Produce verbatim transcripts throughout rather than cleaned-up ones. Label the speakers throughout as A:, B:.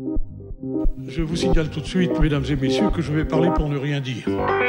A: Je vous signale tout de suite, mesdames et messieurs, que je vais parler pour ne rien dire.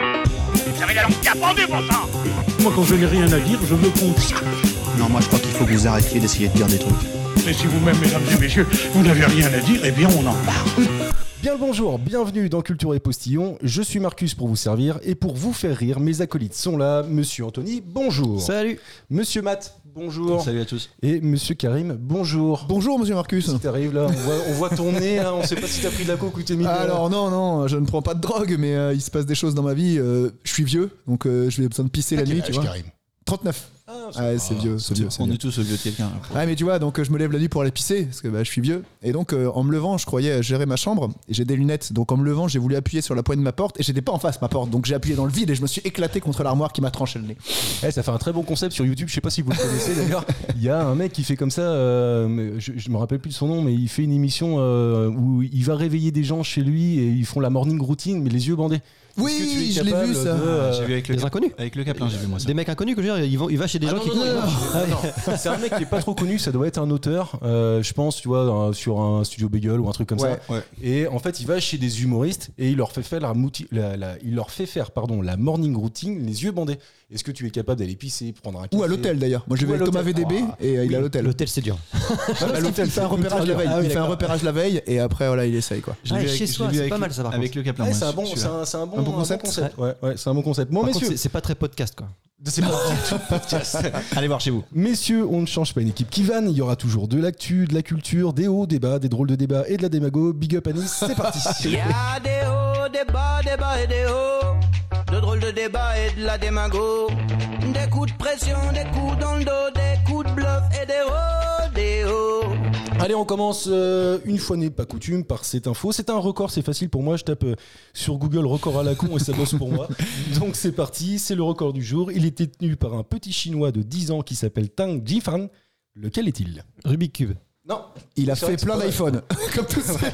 B: Vous avez la langue qui a pendu, bon sang.
A: Moi, quand je n'ai rien à dire, je me consacre.
C: Non, moi je crois qu'il faut que vous arrêtiez d'essayer de dire des trucs.
A: Mais si vous-même, mesdames et messieurs, vous n'avez rien à dire, eh bien on en parle.
D: Bien le bonjour, bienvenue dans Culture et Postillon. Je suis Marcus pour vous servir et pour vous faire rire, mes acolytes sont là. Monsieur Anthony, bonjour.
E: Salut.
D: Monsieur Matt, bonjour.
E: Salut à tous.
D: Et Monsieur Karim, bonjour.
F: Bonjour Monsieur Marcus.
D: Si t'arrives là, on voit, on voit ton nez, hein, on sait pas si t'as pris de la coke ou t'es mis.
F: Alors non, non, je ne prends pas de drogue, mais euh, il se passe des choses dans ma vie. Euh, je suis vieux, donc euh, je vais besoin de pisser la nuit, tu vois.
D: Karim.
F: trente-neuf.
D: Ah,
F: c'est, ouais, c'est vieux, c'est vieux. C'est
E: on
F: vieux.
E: est tous vieux de quelqu'un.
F: Ouais, mais tu vois, donc euh, je me lève la nuit pour aller pisser parce que bah, je suis vieux. Et donc euh, en me levant, je croyais gérer ma chambre et j'ai des lunettes. Donc en me levant, j'ai voulu appuyer sur la poignée de ma porte et j'étais pas en face ma porte. Donc j'ai appuyé dans le vide et je me suis éclaté contre l'armoire qui m'a tranché le nez.
D: Eh, ça fait un très bon concept sur YouTube. Je sais pas si vous le connaissez d'ailleurs. Il y a un mec qui fait comme ça. Euh, je, je me rappelle plus de son nom, mais il fait une émission euh, où il va réveiller des gens chez lui et ils font la morning routine, mais les yeux bandés.
F: Oui, je l'ai vu ça.
D: De, euh,
E: J'ai vu avec le
G: des
E: cap-
G: inconnus.
E: Avec le Caplin, j'ai vu moi ça.
G: Des mecs inconnus que je veux dire, ils vont, il va chez des
D: Ah
G: gens
D: non,
G: qui.
D: non, non, non, non. C'est un mec qui est pas trop connu, ça doit être un auteur, euh, je pense, tu vois, un- sur un studio Bagel ou un truc comme
F: Ouais.
D: ça.
E: Ouais.
D: Et en fait, il va chez des humoristes et il leur fait faire la, mouti- la, la- il leur fait faire, pardon, la morning routine, les yeux bandés. Est-ce que tu es capable d'aller pisser, prendre un café?
F: Ou à l'hôtel d'ailleurs. Moi je
D: Ou
F: vais
D: à
F: avec Thomas
D: l'hôtel.
F: V D B
D: Ah,
F: et euh, il
D: oui.
F: est à l'hôtel.
G: L'hôtel, c'est dur.
F: À l'hôtel, il fait un repérage la veille.
D: Ah oui,
F: il fait un
D: d'accord.
F: repérage la veille et après voilà, il essaye quoi.
E: Je l'ai
G: Ah,
E: vu
G: chez
E: avec- je
G: soi,
E: l'ai vu
G: c'est
E: avec
G: pas
E: le-
G: mal, ça, par
E: Avec le Caplin.
D: Ouais,
E: moi,
D: c'est un bon,
E: celui-là.
D: c'est un, c'est un bon,
F: Un bon concept.
D: Ouais, ouais, c'est un bon concept. Bon,
G: Par contre,
D: messieurs,
G: c'est, c'est pas très podcast quoi.
D: c'est pas du tout podcast.
E: Allez voir chez vous.
D: Messieurs, on ne change pas une équipe qui vanne. Il y aura toujours de l'actu, de la culture, des hauts débats, des drôles de débats et de la démago. Big up à Nice, c'est parti.
H: Il y a des hauts, des bas, des bas et des hauts. De drôles de débats et de la démago. Des coups de pression, des coups dans le dos, des coups de bluff et des hauts, des hauts.
D: Allez, on commence euh, une fois n'est pas coutume par cette info. C'est un record, c'est facile pour moi. Je tape euh, sur Google record à la con et ça bosse pour moi. Donc c'est parti, c'est le record du jour. Il est détenu par un petit chinois de dix ans qui s'appelle Tang Jifan. Lequel est-il?
G: Rubik's Cube.
D: Non,
F: Il a
D: C'est vrai
F: fait
D: que c'est
F: plein
D: pas
F: d'iPhone. Comme tous ces-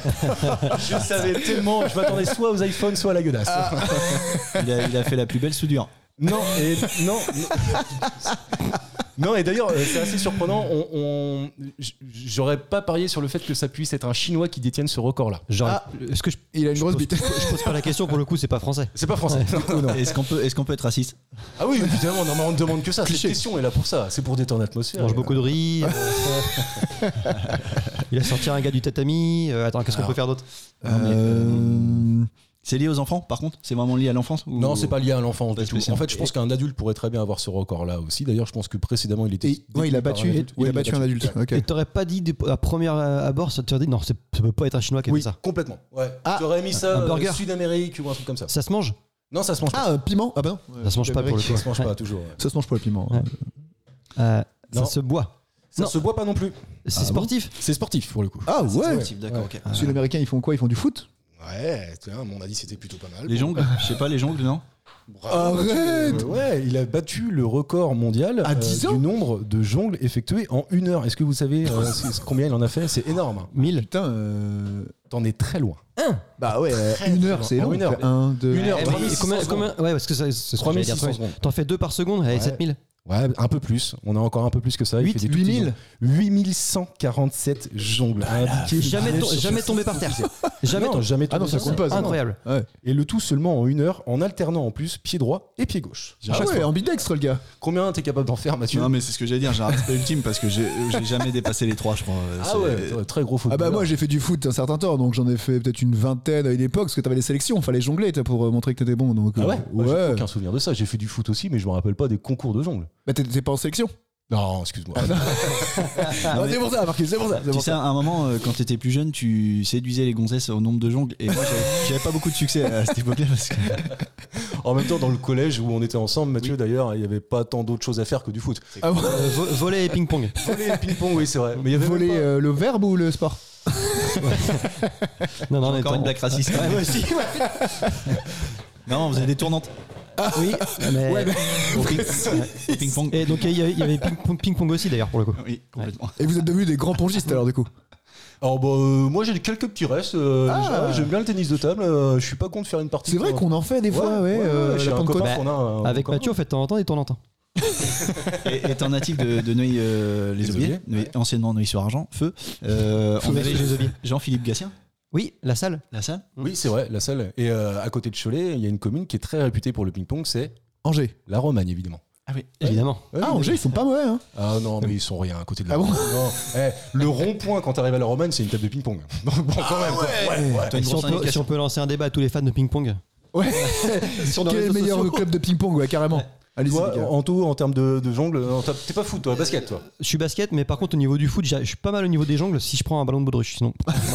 D: je savais tellement. Je m'attendais soit aux iPhones, soit à la gueudasse.
E: Il a, il a fait la plus belle soudure.
D: Non, et non. non. Non, et d'ailleurs, euh, c'est assez surprenant. On, on- j- j'aurais pas parié sur le fait que ça puisse être un Chinois qui détienne ce record-là.
G: Genre,
F: Ah.
G: est-ce que je,
F: Il a une
G: je
F: grosse
G: pose,
F: bite.
G: je pose pas la question pour le coup, c'est pas français.
D: C'est pas français. Non, non.
E: Est-ce qu'on peut, est-ce qu'on peut être raciste?
D: Ah oui, évidemment, non, mais on ne demande que ça. Cette question est là pour ça. C'est pour détendre
G: Il
D: l'atmosphère.
G: mange beaucoup de riz. euh, il a sorti un gars du tatami. Euh, attends, qu'est-ce qu'on peut faire d'autre?
E: Non, mais, euh, C'est lié aux enfants, par contre? C'est vraiment lié à l'enfance ou-
D: Non, c'est pas lié à l'enfant
E: Pas
D: du tout.
E: spécial.
D: En fait, je pense qu'un adulte pourrait très bien avoir ce record-là aussi. D'ailleurs, je pense que précédemment, il était.
F: Et- ouais, il a battu,
D: détenu par un adulte.
F: il
D: Oui,
F: a battu un adulte. Ok.
G: Et t'aurais pas dit de- à première abord, ça t'aurait dit non, c'est- ça peut pas être un chinois qui a
D: Oui,
G: fait ça.
D: complètement. Ouais.
F: Ah,
D: tu aurais mis ça
G: un
D: euh,
G: burger.
D: Sud-Amérique ou un truc comme ça.
G: Ça se mange?
D: Non, ça se mange pas.
F: Ah, euh, piment. Ah bah non.
G: Ça se mange pas pour le coup.
D: Ça se mange pas toujours. ouais.
F: Ça se mange pour le piment.
G: Ouais. Euh,
D: Non.
G: ça se boit.
D: Ça
G: Non.
D: se boit pas non plus.
G: C'est
F: Ah
G: sportif.
D: C'est sportif pour le coup.
F: Ah ouais.
E: D'accord, ok.
F: Les Sud-Américains, ils font quoi? Ils font du foot?
D: Ouais, tu vois, on a dit c'était plutôt pas mal.
E: Les jongles? Je sais pas, les jongles, non?
D: Bravo,
F: Arrête.
D: Mathieu. Ouais, il a battu le record mondial
F: À dix ans
D: du nombre de jongles effectués en une heure. Est-ce que vous savez euh, c'est- combien il en a fait? C'est énorme.
G: mille.
F: Putain. euh,
D: T'en es très loin.
F: Bah ouais, euh, une heure, c'est
D: En
F: long.
D: une heure.
F: Un, deux.
D: Une heure.
G: Eh,
D: trois
G: mais
D: mille six
G: combien,
D: cents
G: combien- Ouais, parce que ça, c'est ce que
D: trois mille
G: j'allais
D: six cents
G: dire.
D: secondes.
G: T'en fais deux par seconde, allez,
D: Ouais.
G: sept mille.
D: Ouais, un peu plus. On a encore un peu plus que ça. Il
F: Huit,
D: fait des tout
F: huit
D: petits
F: mille.
D: jongles. huit mille cent quarante-sept jongles indiqués.
G: Jamais,
D: Ah,
G: to-
D: sur-
G: jamais tombé par terre. Jamais
D: Non,
G: tombé.
D: jamais
F: Ah non,
D: tombé
F: ça
D: sur
F: compte pas. ça, non.
G: Incroyable.
F: Ouais.
D: Et le tout seulement en une heure, en alternant en plus pied droit et pied gauche.
F: Ah
D: Chaque
F: ouais,
D: fois.
F: ambidextre le gars.
D: Combien t'es capable d'en faire, Mathieu?
E: Non, mais c'est ce que j'allais dire, j'ai un respect ultime parce que j'ai j'ai jamais dépassé les trois, je crois.
D: Ah
E: C'est-
D: ouais, ouais, très gros
F: Ah
D: footballeur.
F: bah moi j'ai fait du foot un certain temps, donc j'en ai fait peut-être une vingtaine à une époque, parce que t'avais les sélections, fallait jongler toi, pour euh, montrer que t'étais bon. Donc,
D: Ah
F: euh,
D: ouais, Moi, j'ai
F: ouais.
D: aucun souvenir de ça. J'ai fait du foot aussi, mais je me rappelle pas des concours de jongles.
F: Bah t'étais pas en sélection.
D: Non, excuse-moi.
E: Non,
F: Ah,
E: mais-
F: c'est pour ça, Marcus, c'est pour ça. c'est
E: Tu
F: pour
E: sais,
F: ça.
E: à un moment, euh, quand t'étais plus jeune, tu séduisais les gonzesses au nombre de jongles. Et moi, j'avais- j'avais pas beaucoup de succès à cette époque-là. Parce que...
D: En même temps, dans le collège où on était ensemble, Mathieu, d'ailleurs, il y avait pas tant d'autres choses à faire que du foot.
F: Ah ouais.
G: Euh, vo- volley et ping-pong.
D: Voler et ping-pong, oui, c'est vrai. Mais il y avait
F: Voler
D: même pas-
F: euh, le verbe ou le sport?
G: Non, non,
E: Encore
G: attends.
E: une blague raciste.
G: Ouais, moi aussi.
E: Non, vous avez des tournantes.
G: Oui, mais.
F: Ouais, mais-
E: Au ping- au ping-pong.
G: Et donc il y avait, il y avait ping-pong, ping-pong aussi d'ailleurs pour le coup.
E: Oui, complètement.
F: Et vous êtes devenus des grands pongistes alors du coup?
D: Alors bah, euh, moi j'ai quelques petits restes. euh,
F: Ah.
D: j'aime- J'aime bien le tennis de table. euh, je suis pas contre faire une partie.
F: C'est vrai
D: de-
F: qu'on en fait des fois, ouais.
D: ouais,
F: euh,
D: j'ai
F: la
D: un
F: Pentecôte.
D: copain qu'on a, euh,
G: Avec
D: en
G: Mathieu, on fait de temps en temps des tournantes.
E: Et étant natif de, de Neuilly, euh, les
D: Les
E: Aubiers,
D: Aubiers.
E: Neuilly- anciennement Neuilly-sur-Argent, feu, euh, on
G: Feu,
E: avait
G: les Aubiers.
E: Jean-Philippe Gatien.
G: Oui, la salle.
E: La salle.
D: Oui, c'est vrai, la salle. Et euh, à côté de Cholet, il y a une commune qui est très réputée pour le ping-pong, c'est
F: Angers.
D: la Romagne, évidemment.
E: Ah oui.
G: Évidemment.
D: Ouais,
F: Ah,
D: mais-
F: Angers, ils sont pas mauvais. Hein.
D: Ah non, mais ils sont rien à côté de la
F: Ah bon
D: Romagne. Non. Eh, le rond-point, quand t'arrives à la Romagne, c'est une table de ping-pong. Donc bon, quand même. quoi. Ouais, ouais.
E: T'as une
G: Si
E: grosse
G: on, peut,
E: indication.
G: si on peut lancer un débat à tous les fans de ping-pong.
F: Ouais.
G: Sur nos
F: Quel est le
G: réseaux
F: meilleur
G: sociaux.
F: club de ping-pong, ouais, carrément.
G: Ouais.
F: Allez-y,
D: Toi,
F: les gars.
D: en tout, en termes de, de jongle, non, t'as- t'es pas foot, toi, basket, toi.
G: Je suis basket, mais par contre, au niveau du foot, j'ai- je suis pas mal au niveau des jongles si je prends un ballon de baudruche. Sinon,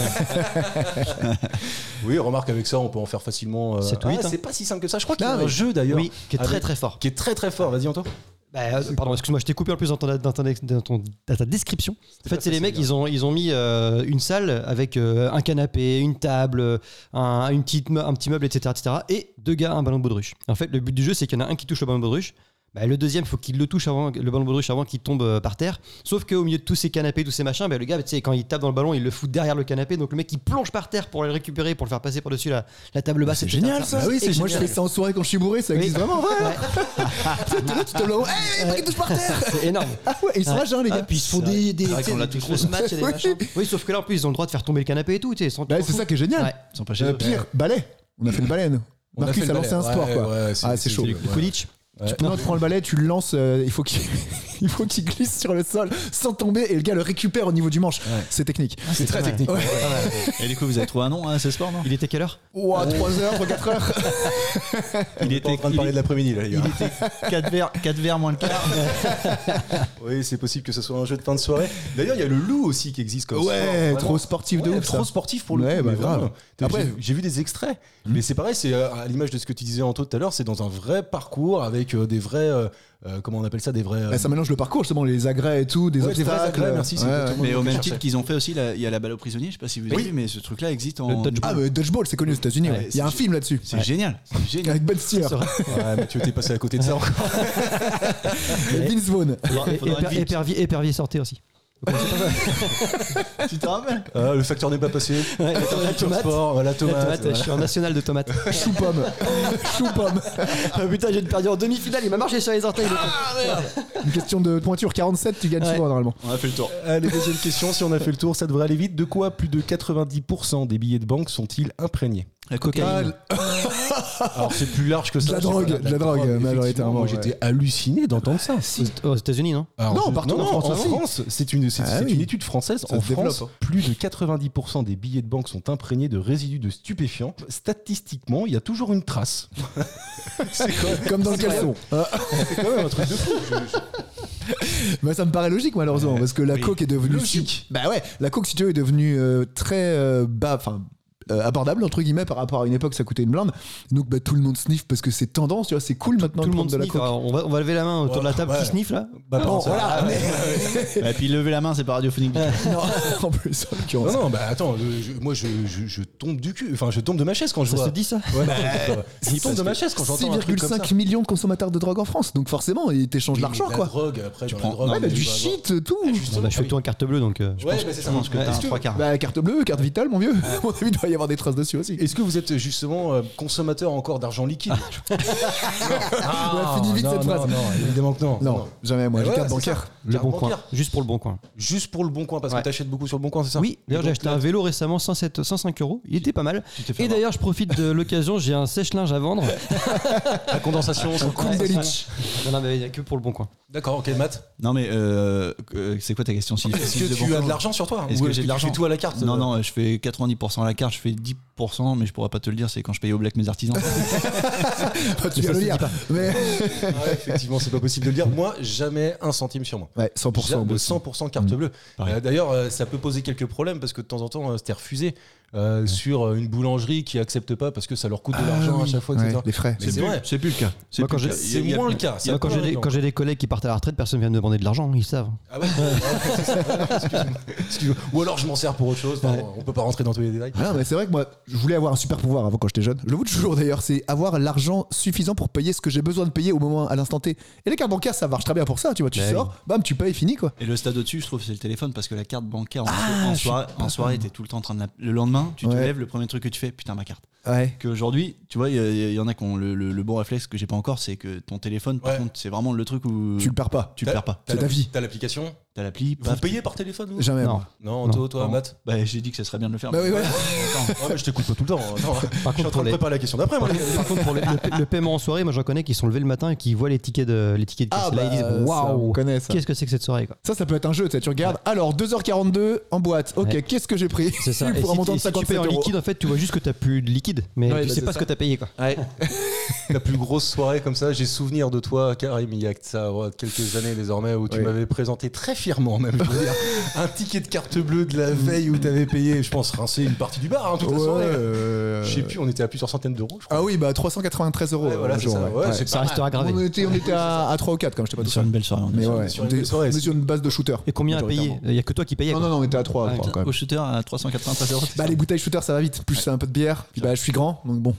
G: ouais.
D: Oui, remarque, avec ça, on peut en faire facilement. Euh...
G: sept ou huit,
D: ah,
G: hein.
D: c'est pas si simple que ça. Je crois qu'il y
F: Non,
D: a un
F: mais-
D: jeu d'ailleurs.
G: Oui, qui est très
D: avec-
G: très fort.
D: Qui est très très fort. Vas-y, Anto.
G: Bah, euh, pardon, excuse-moi, je t'ai coupé en plus dans, ton, dans, ton, dans, ton- dans ta description. En fait,
D: pas
G: c'est les
D: facile,
G: mecs,
D: hein.
G: ils ont, ils ont mis euh, une salle avec euh, un canapé, une table, un, une petite, me- un petit meuble, et cetera, et cetera. Et deux gars, un ballon de baudruche. En fait, le but du jeu, c'est qu'il y en a un qui touche le ballon de baudruche. Bah, le deuxième, il faut qu'il le touche avant, le ballon de baudruche avant qu'il tombe euh, par terre. Sauf qu'au milieu de tous ces canapés, tous ces machins, bah, le gars, tu sais, quand il tape dans le ballon, il le fout derrière le canapé. Donc le mec, il plonge par terre pour le récupérer, pour le faire passer par-dessus la, la table basse.
F: C'est
G: et cetera.
F: génial ça.
G: C'est
F: Ah oui, c'est- moi je
G: génial.
F: fais ça en soirée quand je suis bourré, ça existe
G: Oui.
F: vraiment, ouais.
G: Ouais.
F: T'es là, tu te le rends. Hey, il touche par terre.
G: C'est énorme.
F: Ah ouais, ils sont
G: Ouais.
F: rageurs, les
G: Ah,
F: gars.
G: puis ils se font
E: C'est vrai.
G: des, des,
E: C'est vrai
G: tu sais,
E: qu'on l'a
G: des
E: tous
G: grosses
E: fait.
G: matchs et des
F: Oui.
G: machins. Oui, sauf que là, en plus, ils ont le droit de faire tomber le canapé et tout. Tu sais, sans
F: Bah, c'est ça qui est génial.
G: Ouais.
E: Ils sont pas chez
F: Euh,
E: eux.
F: Pire, balai. On a fait le balai, nous.
D: On a
F: Marcus
D: fait
F: a
D: le
F: lancé un
D: balai.
F: sport,
D: Ouais,
F: quoi.
D: ouais,
F: Ah, c'est chaud.
G: C'est
F: Ouais.
G: le Quidditch.
D: Ouais.
F: Tu non, tu prends le balai, tu le lances, euh, il faut qu'il il faut qu'il glisse sur le sol sans tomber et le gars le récupère au niveau du manche. C'est technique.
D: C'est très
G: Ouais.
D: technique.
F: Ouais.
E: Et du coup, vous avez trouvé un nom à ce sport, non?
G: Il était quelle heure?
F: Ouah, trois heures, quatre heures.
D: Il était en train de parler de l'après-midi, là, les gars.
E: Il était quatre verres, quatre verres moins le quart.
D: Oui, c'est possible que ce soit un jeu de fin de soirée. D'ailleurs, il y a le loup aussi qui existe comme sport.
F: Ouais,
D: Vraiment.
F: trop sportif de
D: Ouais,
F: ouf.
D: trop
F: ça.
D: sportif pour le
F: Ouais,
D: coup.
F: bah,
D: mais
F: grave.
D: vraiment. T'as-
F: Après-
D: j'ai- j'ai vu des extraits, mais c'est pareil, c'est euh, à l'image de ce que tu disais Anto tout à l'heure, c'est dans un vrai parcours avec euh, des vrais, euh, euh, comment on appelle ça, des vrais. euh,
F: Bah, ça mélange le parcours, justement, les agrès et tout, des
D: Ouais, des vrais
F: obstacles.
D: agrès, merci, c'est
F: Ouais,
D: exactement
F: ouais.
E: Mais
D: le
E: au
D: mot que
E: même
D: je
E: titre
D: cherchais.
E: qu'ils ont fait aussi, la- il y a la balle aux prisonniers, je sais pas si vous avez
D: Oui.
E: vu, mais ce truc-là existe en.
G: Le dodgeball.
F: Ah, mais Dodgeball, c'est connu aux États-Unis.
E: Ouais,
F: ouais. Il y a un
E: c'est-
F: film là-dessus.
E: C'est génial, c'est génial.
F: Avec Ben Stiller.
G: C'est vrai.
D: Ouais, mais tu t'es passé à côté de ça encore.
F: Et Vince Vaughn.
E: Faudra-
G: Et-
E: faudra
G: Éper-
E: une vie.
G: Épervier, Épervier sortait aussi.
E: Tu te rappelles?
D: Ah, le facteur n'est pas passé.
G: Ouais, la tomate.
D: Transport, voilà,
G: La
D: tomate.
G: tomate,
D: voilà.
G: je suis en national de tomates.
F: Chou-pomme. Chou-pomme.
G: Ah, putain, j'ai perdu en demi-finale, il m'a marché sur les orteils.
F: Une question de pointure quarante-sept, tu gagnes
G: Ouais.
F: souvent normalement.
E: On a fait le tour.
D: Allez, deuxième question, si on a fait le tour, ça devrait aller vite. De quoi plus de quatre-vingt-dix pour cent des billets de banque sont-ils imprégnés?
E: La
G: Cocaïne.
D: Alors c'est plus large que ça.
F: De la
D: je sais
F: drogue,
D: pas,
F: de la drogue,
D: effectivement,
F: majoritairement,
D: Moi
F: ouais.
D: j'étais halluciné d'entendre ça.
G: Aux aux États-Unis, non?
D: Alors,
F: Non,
D: je-
F: partout en France
D: en
F: aussi.
D: France, c'est une, c'est,
F: Ah
D: c'est
F: oui.
D: une étude française.
F: Ça
D: en
F: se développe,
D: France,
F: hein.
D: plus de quatre-vingt-dix pour cent des billets de banque sont imprégnés de résidus de stupéfiants. Statistiquement, il y a toujours une trace. c'est quand même,
F: Comme dans le caleçon. Ah.
D: c'est quand même un truc de fou. Je- je-
F: Bah, ça me paraît logique malheureusement parce que la
D: Oui.
F: coke est devenue
D: Logique.
F: Bah ouais, la coke si tu veux est devenue euh, très euh, bas, enfin euh, abordable entre guillemets par rapport à une époque ça coûtait une blinde. Donc bah tout le monde sniffe parce que c'est tendance, tu vois, c'est cool maintenant
G: Tout
F: de
G: le monde
F: prendre de la
G: sniffe.
F: coke.
G: Alors, on, va, on va lever la main autour de la table
D: Ouais.
G: qui sniffe là.
D: Bah,
F: Bon,
D: pardon, ça-
F: voilà,
D: ah,
F: mais-
D: ouais.
E: Et puis lever la main, c'est pas radiophonique. du tout.
F: Non, en plus en l'occurrence.
D: Non, non, bah attends, le- je- moi je, je, je tombe du cul, enfin je tombe de ma chaise quand je
G: Ça
D: vois.
G: se dit ça?
D: Ouais, je tombe de ma chaise quand j'entends un truc comme ça.
F: six virgule cinq millions de consommateurs de drogue en France, donc forcément ils t'échangent de l'argent
D: La
F: quoi.
D: drogue, après,
E: Tu
D: dans
E: prends-
D: la drogue,
F: Ouais, bah,
D: tu
F: du
D: vas avoir-
F: shit, tout.
G: Bon, bah, je fais tout en carte bleue donc. euh, je
D: Ouais,
G: pense-
D: bah, c'est ça.
E: Je pense que
D: Est-ce
E: t'as un
D: que-
E: trois quarts.
F: Bah carte bleue, carte vitale mon vieux. À mon avis il doit y avoir des traces dessus aussi.
D: Est-ce que vous êtes justement euh, consommateur encore d'argent liquide?
F: Ouais, finis vite
D: non,
F: cette
D: non,
F: phrase.
D: non, évidemment que non.
F: Non, jamais moi,
D: Mais
F: j'ai
D: ouais,
F: carte
D: c'est
F: bancaire.
D: ça.
G: Le
D: Carte
G: bon coin.
D: bancaire.
G: Juste pour le bon coin.
D: Juste pour le bon coin, parce
G: Ouais.
D: que t'achètes beaucoup sur le bon coin, c'est ça?
G: Oui, d'ailleurs
D: Et
G: j'ai
D: donc,
G: acheté
D: là,
G: un vélo récemment, cent sept cent cinq euros. Il était pas mal.
D: tu t'es fait
G: Et
D: avoir.
G: d'ailleurs, je profite de l'occasion, j'ai un sèche-linge à vendre.
D: La condensation, sur le
G: Ouais,
D: coup.
G: c'est ça. Non, non, mais il n'y a que pour le bon coin.
D: D'accord, ok, Matt.
E: Non, mais euh, euh, c'est quoi ta question? Si,
D: Est-ce
E: si
D: que
E: je
D: tu
E: devais
D: as de
E: encore-
D: l'argent sur toi?
E: Est-ce
D: Ou
E: que j'ai de
D: tu
E: l'argent
D: fais tout à la carte?
E: Non, non, je fais quatre-vingt-dix pour cent à la carte, je fais dix pour cent, mais je pourrais pas te le dire, c'est quand je paye au black mes artisans.
F: Tu viens le lire. Mais
D: Ouais, effectivement, c'est pas possible de le dire. Moi, jamais un centime sur moi.
F: ouais, cent pour cent.
D: Jamais,
F: moi aussi.
D: cent pour cent carte
F: Mmh.
D: bleue.
E: Pareil.
D: Euh, D'ailleurs, euh, ça peut poser quelques problèmes parce que de temps en temps, euh, c'était refusé euh, sur euh, une boulangerie qui accepte pas parce que ça leur coûte de
F: Ah
D: l'argent à
F: oui.
D: chaque fois,
F: Ouais,
D: et cetera.
F: les frais.
D: Mais c'est
E: plus-
D: vrai.
E: C'est plus le cas. C'est
G: Moi, quand
E: plus le
G: j'ai-
E: cas.
D: C'est
E: Il y a-
D: moins le cas.
G: Moi, quand j'ai des, quand j'ai des collègues qui partent à la retraite, personne vient me demander de l'argent, ils savent.
D: Ah ouais, ouais, c'est ça. Excuse-moi. Excuse-moi. Ou alors je m'en sers pour autre chose. Enfin,
G: Ouais.
D: On peut pas rentrer dans tous les détails.
F: Ah non, mais c'est vrai que moi, je voulais avoir un super pouvoir avant quand j'étais jeune. Je le veux toujours d'ailleurs, c'est avoir l'argent suffisant pour payer ce que j'ai besoin de payer au moment, à l'instant T. Et les cartes bancaires, ça marche très bien pour ça, tu vois. Tu
G: Bah
F: sors, bam, tu payes, fini quoi.
E: Et le stade au-dessus, je trouve, c'est le téléphone parce que la carte bancaire, en,
F: Ah,
E: en
F: je suis
E: soirée, en soirée, t'es tout le temps en train de la... Le lendemain, tu te
F: Ouais.
E: lèves, le premier truc que tu fais, putain, ma carte.
F: Ouais.
E: Qu'aujourd'hui, tu vois, il y, a- il y en a qui ont le, le- le bon réflexe que j'ai pas encore, c'est que ton téléphone, par
D: Ouais.
E: contre, c'est vraiment le truc où
F: Tu le perds pas.
E: tu le perds pas.
F: C'est ta vie.
D: T'as l'application.
E: T'as l'appli.
D: Vous
E: paf,
D: payez par téléphone vous
F: Jamais.
G: Non.
F: moi.
D: Non,
G: Non.
D: toi, toi
E: Non.
D: Matt.
E: Bah, j'ai dit que ça serait bien de le faire.
F: Bah oui, voilà.
D: Ouais, mais je t'écoute pas tout le temps. Attends, je suis en
G: contre,
D: train
G: pour
D: de
G: les-
D: préparer la question d'après. moi.
G: Par contre, pour le, le pa- le paiement en soirée, moi j'en connais qui sont levés le matin et qui voient les tickets de, les tickets de caisse.
F: Ah,
G: Là, ils
F: bah,
G: disent
F: ça, on
G: waouh,
F: connaît ça.
G: qu'est-ce que c'est que cette soirée quoi.
F: Ça, ça peut être un jeu, tu sais, tu regardes. Alors, deux heures quarante-deux en boîte. Ok,
G: Ouais.
F: qu'est-ce que j'ai pris
G: C'est ça. Et
F: Pour un
G: si,
F: montant
G: et
F: de
G: si tu
F: cinquante-sept
G: payes en
F: euros.
G: liquide, en fait, tu vois juste que t'as plus de liquide, mais
F: Ouais,
G: tu
F: bah,
G: sais
F: c'est
G: pas
F: ça.
G: ce que t'as payé quoi.
D: Ouais. La plus grosse soirée comme ça, j'ai souvenir de toi, Karim, il y a que ça, ouais, quelques années désormais, où tu
F: Ouais.
D: m'avais présenté très fièrement, même, je veux dire, un ticket de carte bleue de la veille où tu avais payé, je pense, rincer une partie du bar, hein, toute la
F: Ouais,
D: soirée.
F: euh,
D: Je sais plus, on était à plusieurs centaines d'euros, je crois.
F: Ah oui, bah trois cent quatre-vingt-treize euros.
D: Ouais, voilà,
F: euh,
D: c'est
F: jour,
D: ça. Ouais, c'est
G: Ça
D: pas
G: restera
F: On
G: gravé.
F: était, on était à, à trois ou quatre, comme je t'ai pas tout
E: Sur
F: ça.
E: une belle soirée. on est
F: Mais
E: sur-
F: ouais,
D: sur
F: on
D: une
F: était
D: belle soirée,
F: on était
D: c'est-
F: sur une base de shooter.
G: Et combien à payer
F: Majoritairement.
G: Il y a que toi qui payais.
F: Non,
G: quoi.
F: non, non, on était à trois,
E: Ah,
F: je crois, quand
E: Au
F: même.
E: shooter à trois cent quatre-vingt-treize euros.
F: Bah les bouteilles shooter ça va vite, plus c'est un peu de bière, puis bah je suis grand, donc bon.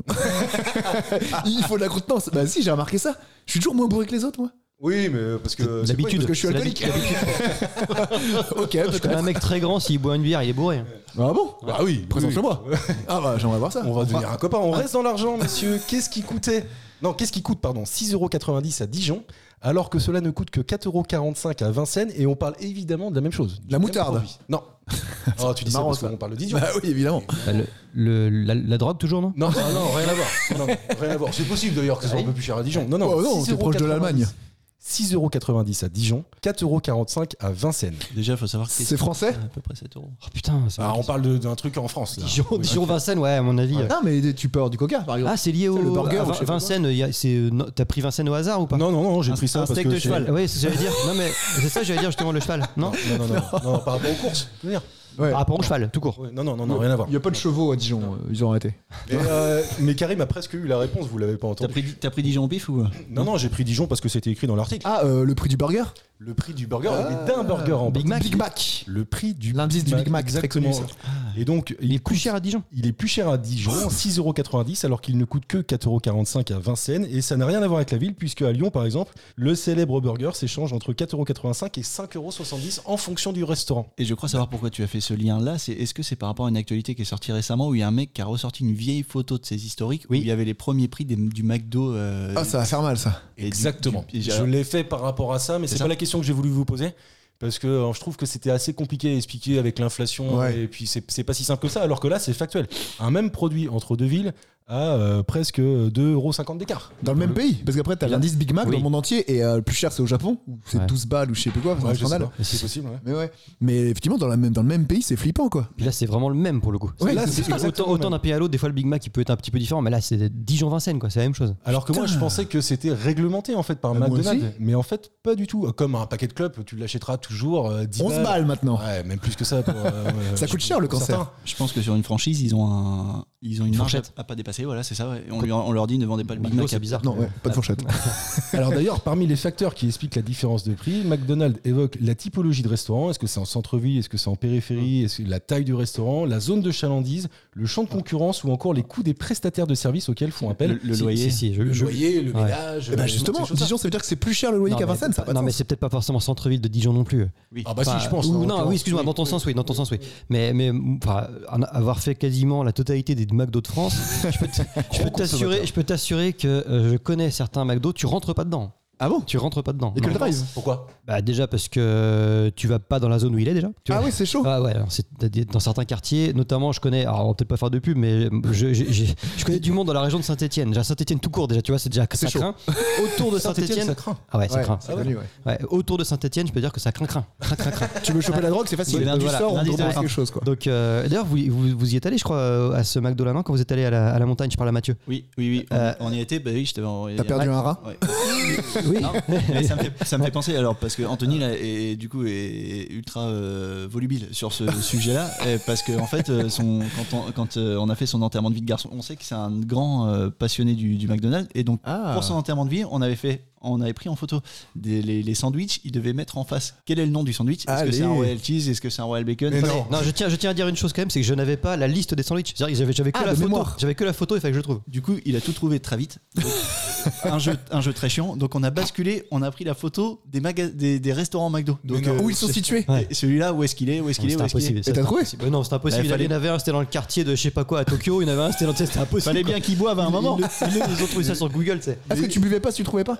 F: Il faut de la contenance. Bah si, j'ai remarqué ça. Je suis toujours moins bourré que les autres moi.
D: Oui, mais parce que. c'est
G: L'habitude.
F: Parce que je suis
G: C'est
F: alcoolique. Ok,
G: Je connais
F: peut-être.
G: un mec très grand, s'il boit une bière, il est bourré.
F: Ah bon
D: Bah oui,
F: Présente-le-moi. Ah bah j'aimerais voir ça.
D: On va devenir un copain. On reste dans l'argent, messieurs. Qu'est-ce qui coûtait Non, qu'est-ce qui coûte, pardon, six euros quatre-vingt-dix à Dijon, alors que cela ne coûte que quatre euros quarante-cinq à Vincennes, et on parle évidemment de la même chose. Du
F: La
D: même
F: moutarde.
D: produit. Non. Oh, tu dis ça
F: Marrant,
D: parce
F: ça.
D: qu'on parle de Dijon.
F: Bah oui, évidemment.
G: Bah, le- le- la, la drogue toujours non
D: Non, ah non, rien à voir. Non, non, rien à voir. C'est possible d'ailleurs que ce soit un peu plus cher à Dijon. Non, non,
F: Oh non, t'es proche de l'Allemagne.
D: six euros quatre-vingt-dix à Dijon, quatre euros quarante-cinq à Vincennes.
E: Déjà, il faut savoir que
F: C'est français
E: à peu près sept euros.
G: Oh putain, c'est
D: Ah, on parle de- d'un truc en France. Là.
G: Dijon,
D: Oui.
G: Dijon Vincennes, ouais, à mon avis. euh.
F: Non mais tu peux avoir du coca par exemple.
G: Ah, c'est lié au
F: Le burger
G: à
F: ou
G: Vin-
F: je sais pas
G: Vincennes. il y a- c'est, euh, non, t'as pris Vincennes au hasard ou pas
D: Non, non, non, j'ai pris ça
E: un
D: parce
E: steak
D: que
E: de
D: c'est-
E: cheval.
G: Oui, c'est ce que j'allais dire. Non mais c'est ça, j'allais dire justement le cheval. Non,
D: Non, non, non, non, non, par rapport aux courses. je veux dire.
F: Ouais.
G: par rapport au cheval, tout court.
D: Ouais, non, non, non, non, rien à voir.
F: Il y a pas de chevaux à Dijon, euh, ils ont arrêté.
D: Mais, euh, mais Karim a presque eu la réponse, vous l'avez pas
E: T'as
D: entendu.
E: pris, t'as pris Dijon au pif ou
D: Non, non, j'ai pris Dijon parce que c'était écrit dans l'article.
F: Ah euh, le prix du burger
D: Le prix du burger, mais d'un burger en
G: Big Mac.
F: Big Mac.
D: Le prix du
F: L'indice du Big Mac, très
D: exactement.
F: connu,
D: Et donc,
G: Il est plus cher à Dijon.
D: il est plus cher à Dijon, six euros quatre-vingt-dix, alors qu'il ne coûte que quatre euros quarante-cinq à Vincennes. Et ça n'a rien à voir avec la ville, puisque à Lyon, par exemple, le célèbre burger s'échange entre quatre euros quatre-vingt-cinq et cinq euros soixante-dix en fonction du restaurant.
E: Et je crois savoir pourquoi tu as fait ce lien-là. C'est est-ce que c'est par rapport à une actualité qui est sortie récemment où il y a un mec qui a ressorti une vieille photo de ses historiques où il y avait les premiers prix des- du McDo. euh,
F: Ah ça va faire mal ça.
E: et du-
D: Exactement.
E: du-
D: Je l'ai fait par rapport à ça, mais
E: C'est
D: c'est
E: ça.
D: pas la question que j'ai voulu vous poser. Parce que euh, je trouve que c'était assez compliqué à expliquer avec l'inflation,
F: Ouais.
D: et puis c'est c'est pas si simple que ça, alors que là c'est factuel. Un même produit entre deux villes a euh, presque deux euros cinquante d'écart.
F: Dans le même pays parce qu'après t'as l'indice Big Mac
G: Oui.
F: dans le monde entier et euh, le plus cher c'est au Japon où c'est
G: Ouais.
F: douze balles ou je sais plus quoi, c'est
D: Ouais,
F: un
D: je sais
F: scandale.
D: pas. C'est possible, ouais.
F: Mais ouais. Mais effectivement dans, la même, dans le même pays c'est flippant quoi.
G: Puis là, c'est vraiment le même pour le coup.
F: Ouais,
D: là,
F: c'est
D: c'est
G: Autant,
D: exactement
G: autant
D: le
G: d'un
D: même.
G: pays à l'autre, des fois le Big Mac il peut être un petit peu différent, mais là c'est Dijon-Vincennes quoi, c'est la même chose.
D: Alors que moi je pensais que c'était réglementé en fait par
F: Bah, moi
D: McDonald's,
F: aussi.
D: mais en fait pas du tout. Comme un paquet de clopes, tu l'achèteras toujours euh, dix
F: onze balles maintenant.
D: Ouais, même plus que ça. Pour, euh,
F: Ça
D: je-
F: coûte cher, le
D: pour
F: cancer.
D: certains.
E: Je pense que sur une franchise, ils ont, un, ils ont une
G: Une
E: marge à,
G: fourchette.
E: à pas dépasser. Voilà, c'est ça. Ouais. Et On, lui- on leur dit ne vendez pas le Big
G: McDo,
E: Mac.
G: c'est bizarre.
F: Non ouais, pas de fourchette.
D: Alors d'ailleurs, parmi les facteurs qui expliquent la différence de prix, McDonald's évoque la typologie de restaurant. Est-ce que c'est en centre-ville? Est-ce que c'est en périphérie? Est-ce que la taille du restaurant? La zone de chalandise? Le champ de concurrence? Ou encore les coûts des prestataires de services auxquels font appel?
E: Le, le
G: Si,
E: loyer.
G: si, si, je-
D: Le
G: je-
D: loyer, le
G: Ouais.
D: ménage...
F: Et bah
D: euh,
F: justement,
D: ces choses-là.
F: Dijon ça veut dire que c'est plus cher le loyer
G: Non,
F: qu'à
G: mais-
F: Vincennes, ça a pas de
G: non, mais
F: sens.
G: c'est peut-être pas forcément centre-ville de Dijon non plus.
E: Oui.
D: Ah bah si,
G: Enfin,
D: je pense.
G: ou-
D: en
G: non,
D: l'occurrence.
G: oui, excuse-moi, dans ton sens, oui, dans ton sens, oui. Mais, mais enfin, en avoir fait quasiment la totalité des McDo de France, je peux t- je peux t'assurer, je peux t'assurer que euh, je connais certains McDo, tu rentres pas dedans.
F: Ah bon?
G: Tu rentres pas dedans.
F: Et que
G: Non.
F: le drive.
D: Pourquoi?
G: Bah déjà parce que tu vas pas dans la zone où il est déjà. Tu
F: Ah
G: vois.
F: oui c'est chaud.
G: Ah ouais, alors c'est dans certains quartiers, notamment je connais, alors on va peut-être pas faire de pub, mais je, j'ai- j'ai- je connais du monde dans la région de Saint-Etienne. Déjà Saint-Etienne tout court déjà, tu vois, c'est déjà
F: C'est
G: ça
F: chaud.
G: craint. Autour de
D: Saint-Étienne,
G: Saint-Etienne,
D: ça craint.
G: ah ouais, ça
F: Ouais,
G: craint.
F: c'est connu, ouais.
G: Ouais, autour de Saint-Etienne, je peux dire que ça craint, craint, craint, craint, craint.
F: Tu veux choper la drogue, c'est facile.
E: Oui,
F: Tu
E: l'indice-
F: sors, on te
E: l'indice de
F: propose
E: la
F: quelque chose quoi.
G: Donc euh, d'ailleurs vous, vous, vous y êtes allé, je crois, euh, à ce McDo là, non, quand vous êtes allé à la, à la montagne, je parle à Mathieu.
E: Oui, oui, oui. On,
G: Euh,
E: on y était. Bah oui, je t'avais envoyé.
F: T'as perdu un rat?
E: Ouais.
G: Oui.
E: Non, mais ça, me fait, ça me fait penser alors parce que Anthony là est du coup est ultra euh, volubile sur ce sujet-là et parce que en fait euh, son, quand, on, quand euh, on a fait son enterrement de vie de garçon, on sait que c'est un grand euh, passionné du, du McDonald's et donc
F: Ah.
E: pour son enterrement de vie, on avait fait on avait pris en photo des, les, les sandwichs, il devait mettre en face quel est le nom du sandwich, est-ce que
F: Allez.
E: c'est un Royal Cheese, est-ce que c'est un Royal Bacon.
D: Mais
E: Enfin,
D: non.
G: Non, je tiens, je tiens à dire une chose quand même, c'est que je n'avais pas la liste des sandwichs. C'est-à-dire que j'avais, j'avais que
F: Ah,
G: la
F: de
G: photo.
F: mémoire.
G: J'avais que la photo, il fallait que je le trouve.
E: Du coup, il a tout trouvé très vite. Donc, un, jeu, un jeu très chiant. Donc, on a basculé, on a pris la photo des, maga- des, des restaurants McDo. Donc,
F: Où
E: euh,
F: ils sont situés?
G: Ouais.
E: et celui-là, où est-ce qu'il est, où est-ce qu'il est,
G: C'était
E: où est-ce qu'il est.
G: impossible. ça,
F: t'as
G: c'était
F: trouvé
G: impossible. Non, c'était impossible.
E: Bah,
G: Il y
E: fallait-
G: en avait un, c'était dans le quartier de je sais pas quoi à Tokyo. Il y en avait un, c'était dans. C'était impossible.
E: Fallait
G: quoi.
E: bien qu'ils boivent à un moment.
G: Ils, ils- ils ont trouvé ça sur Google, tu sais.
F: Est-ce que tu buvais pas si tu trouvais pas?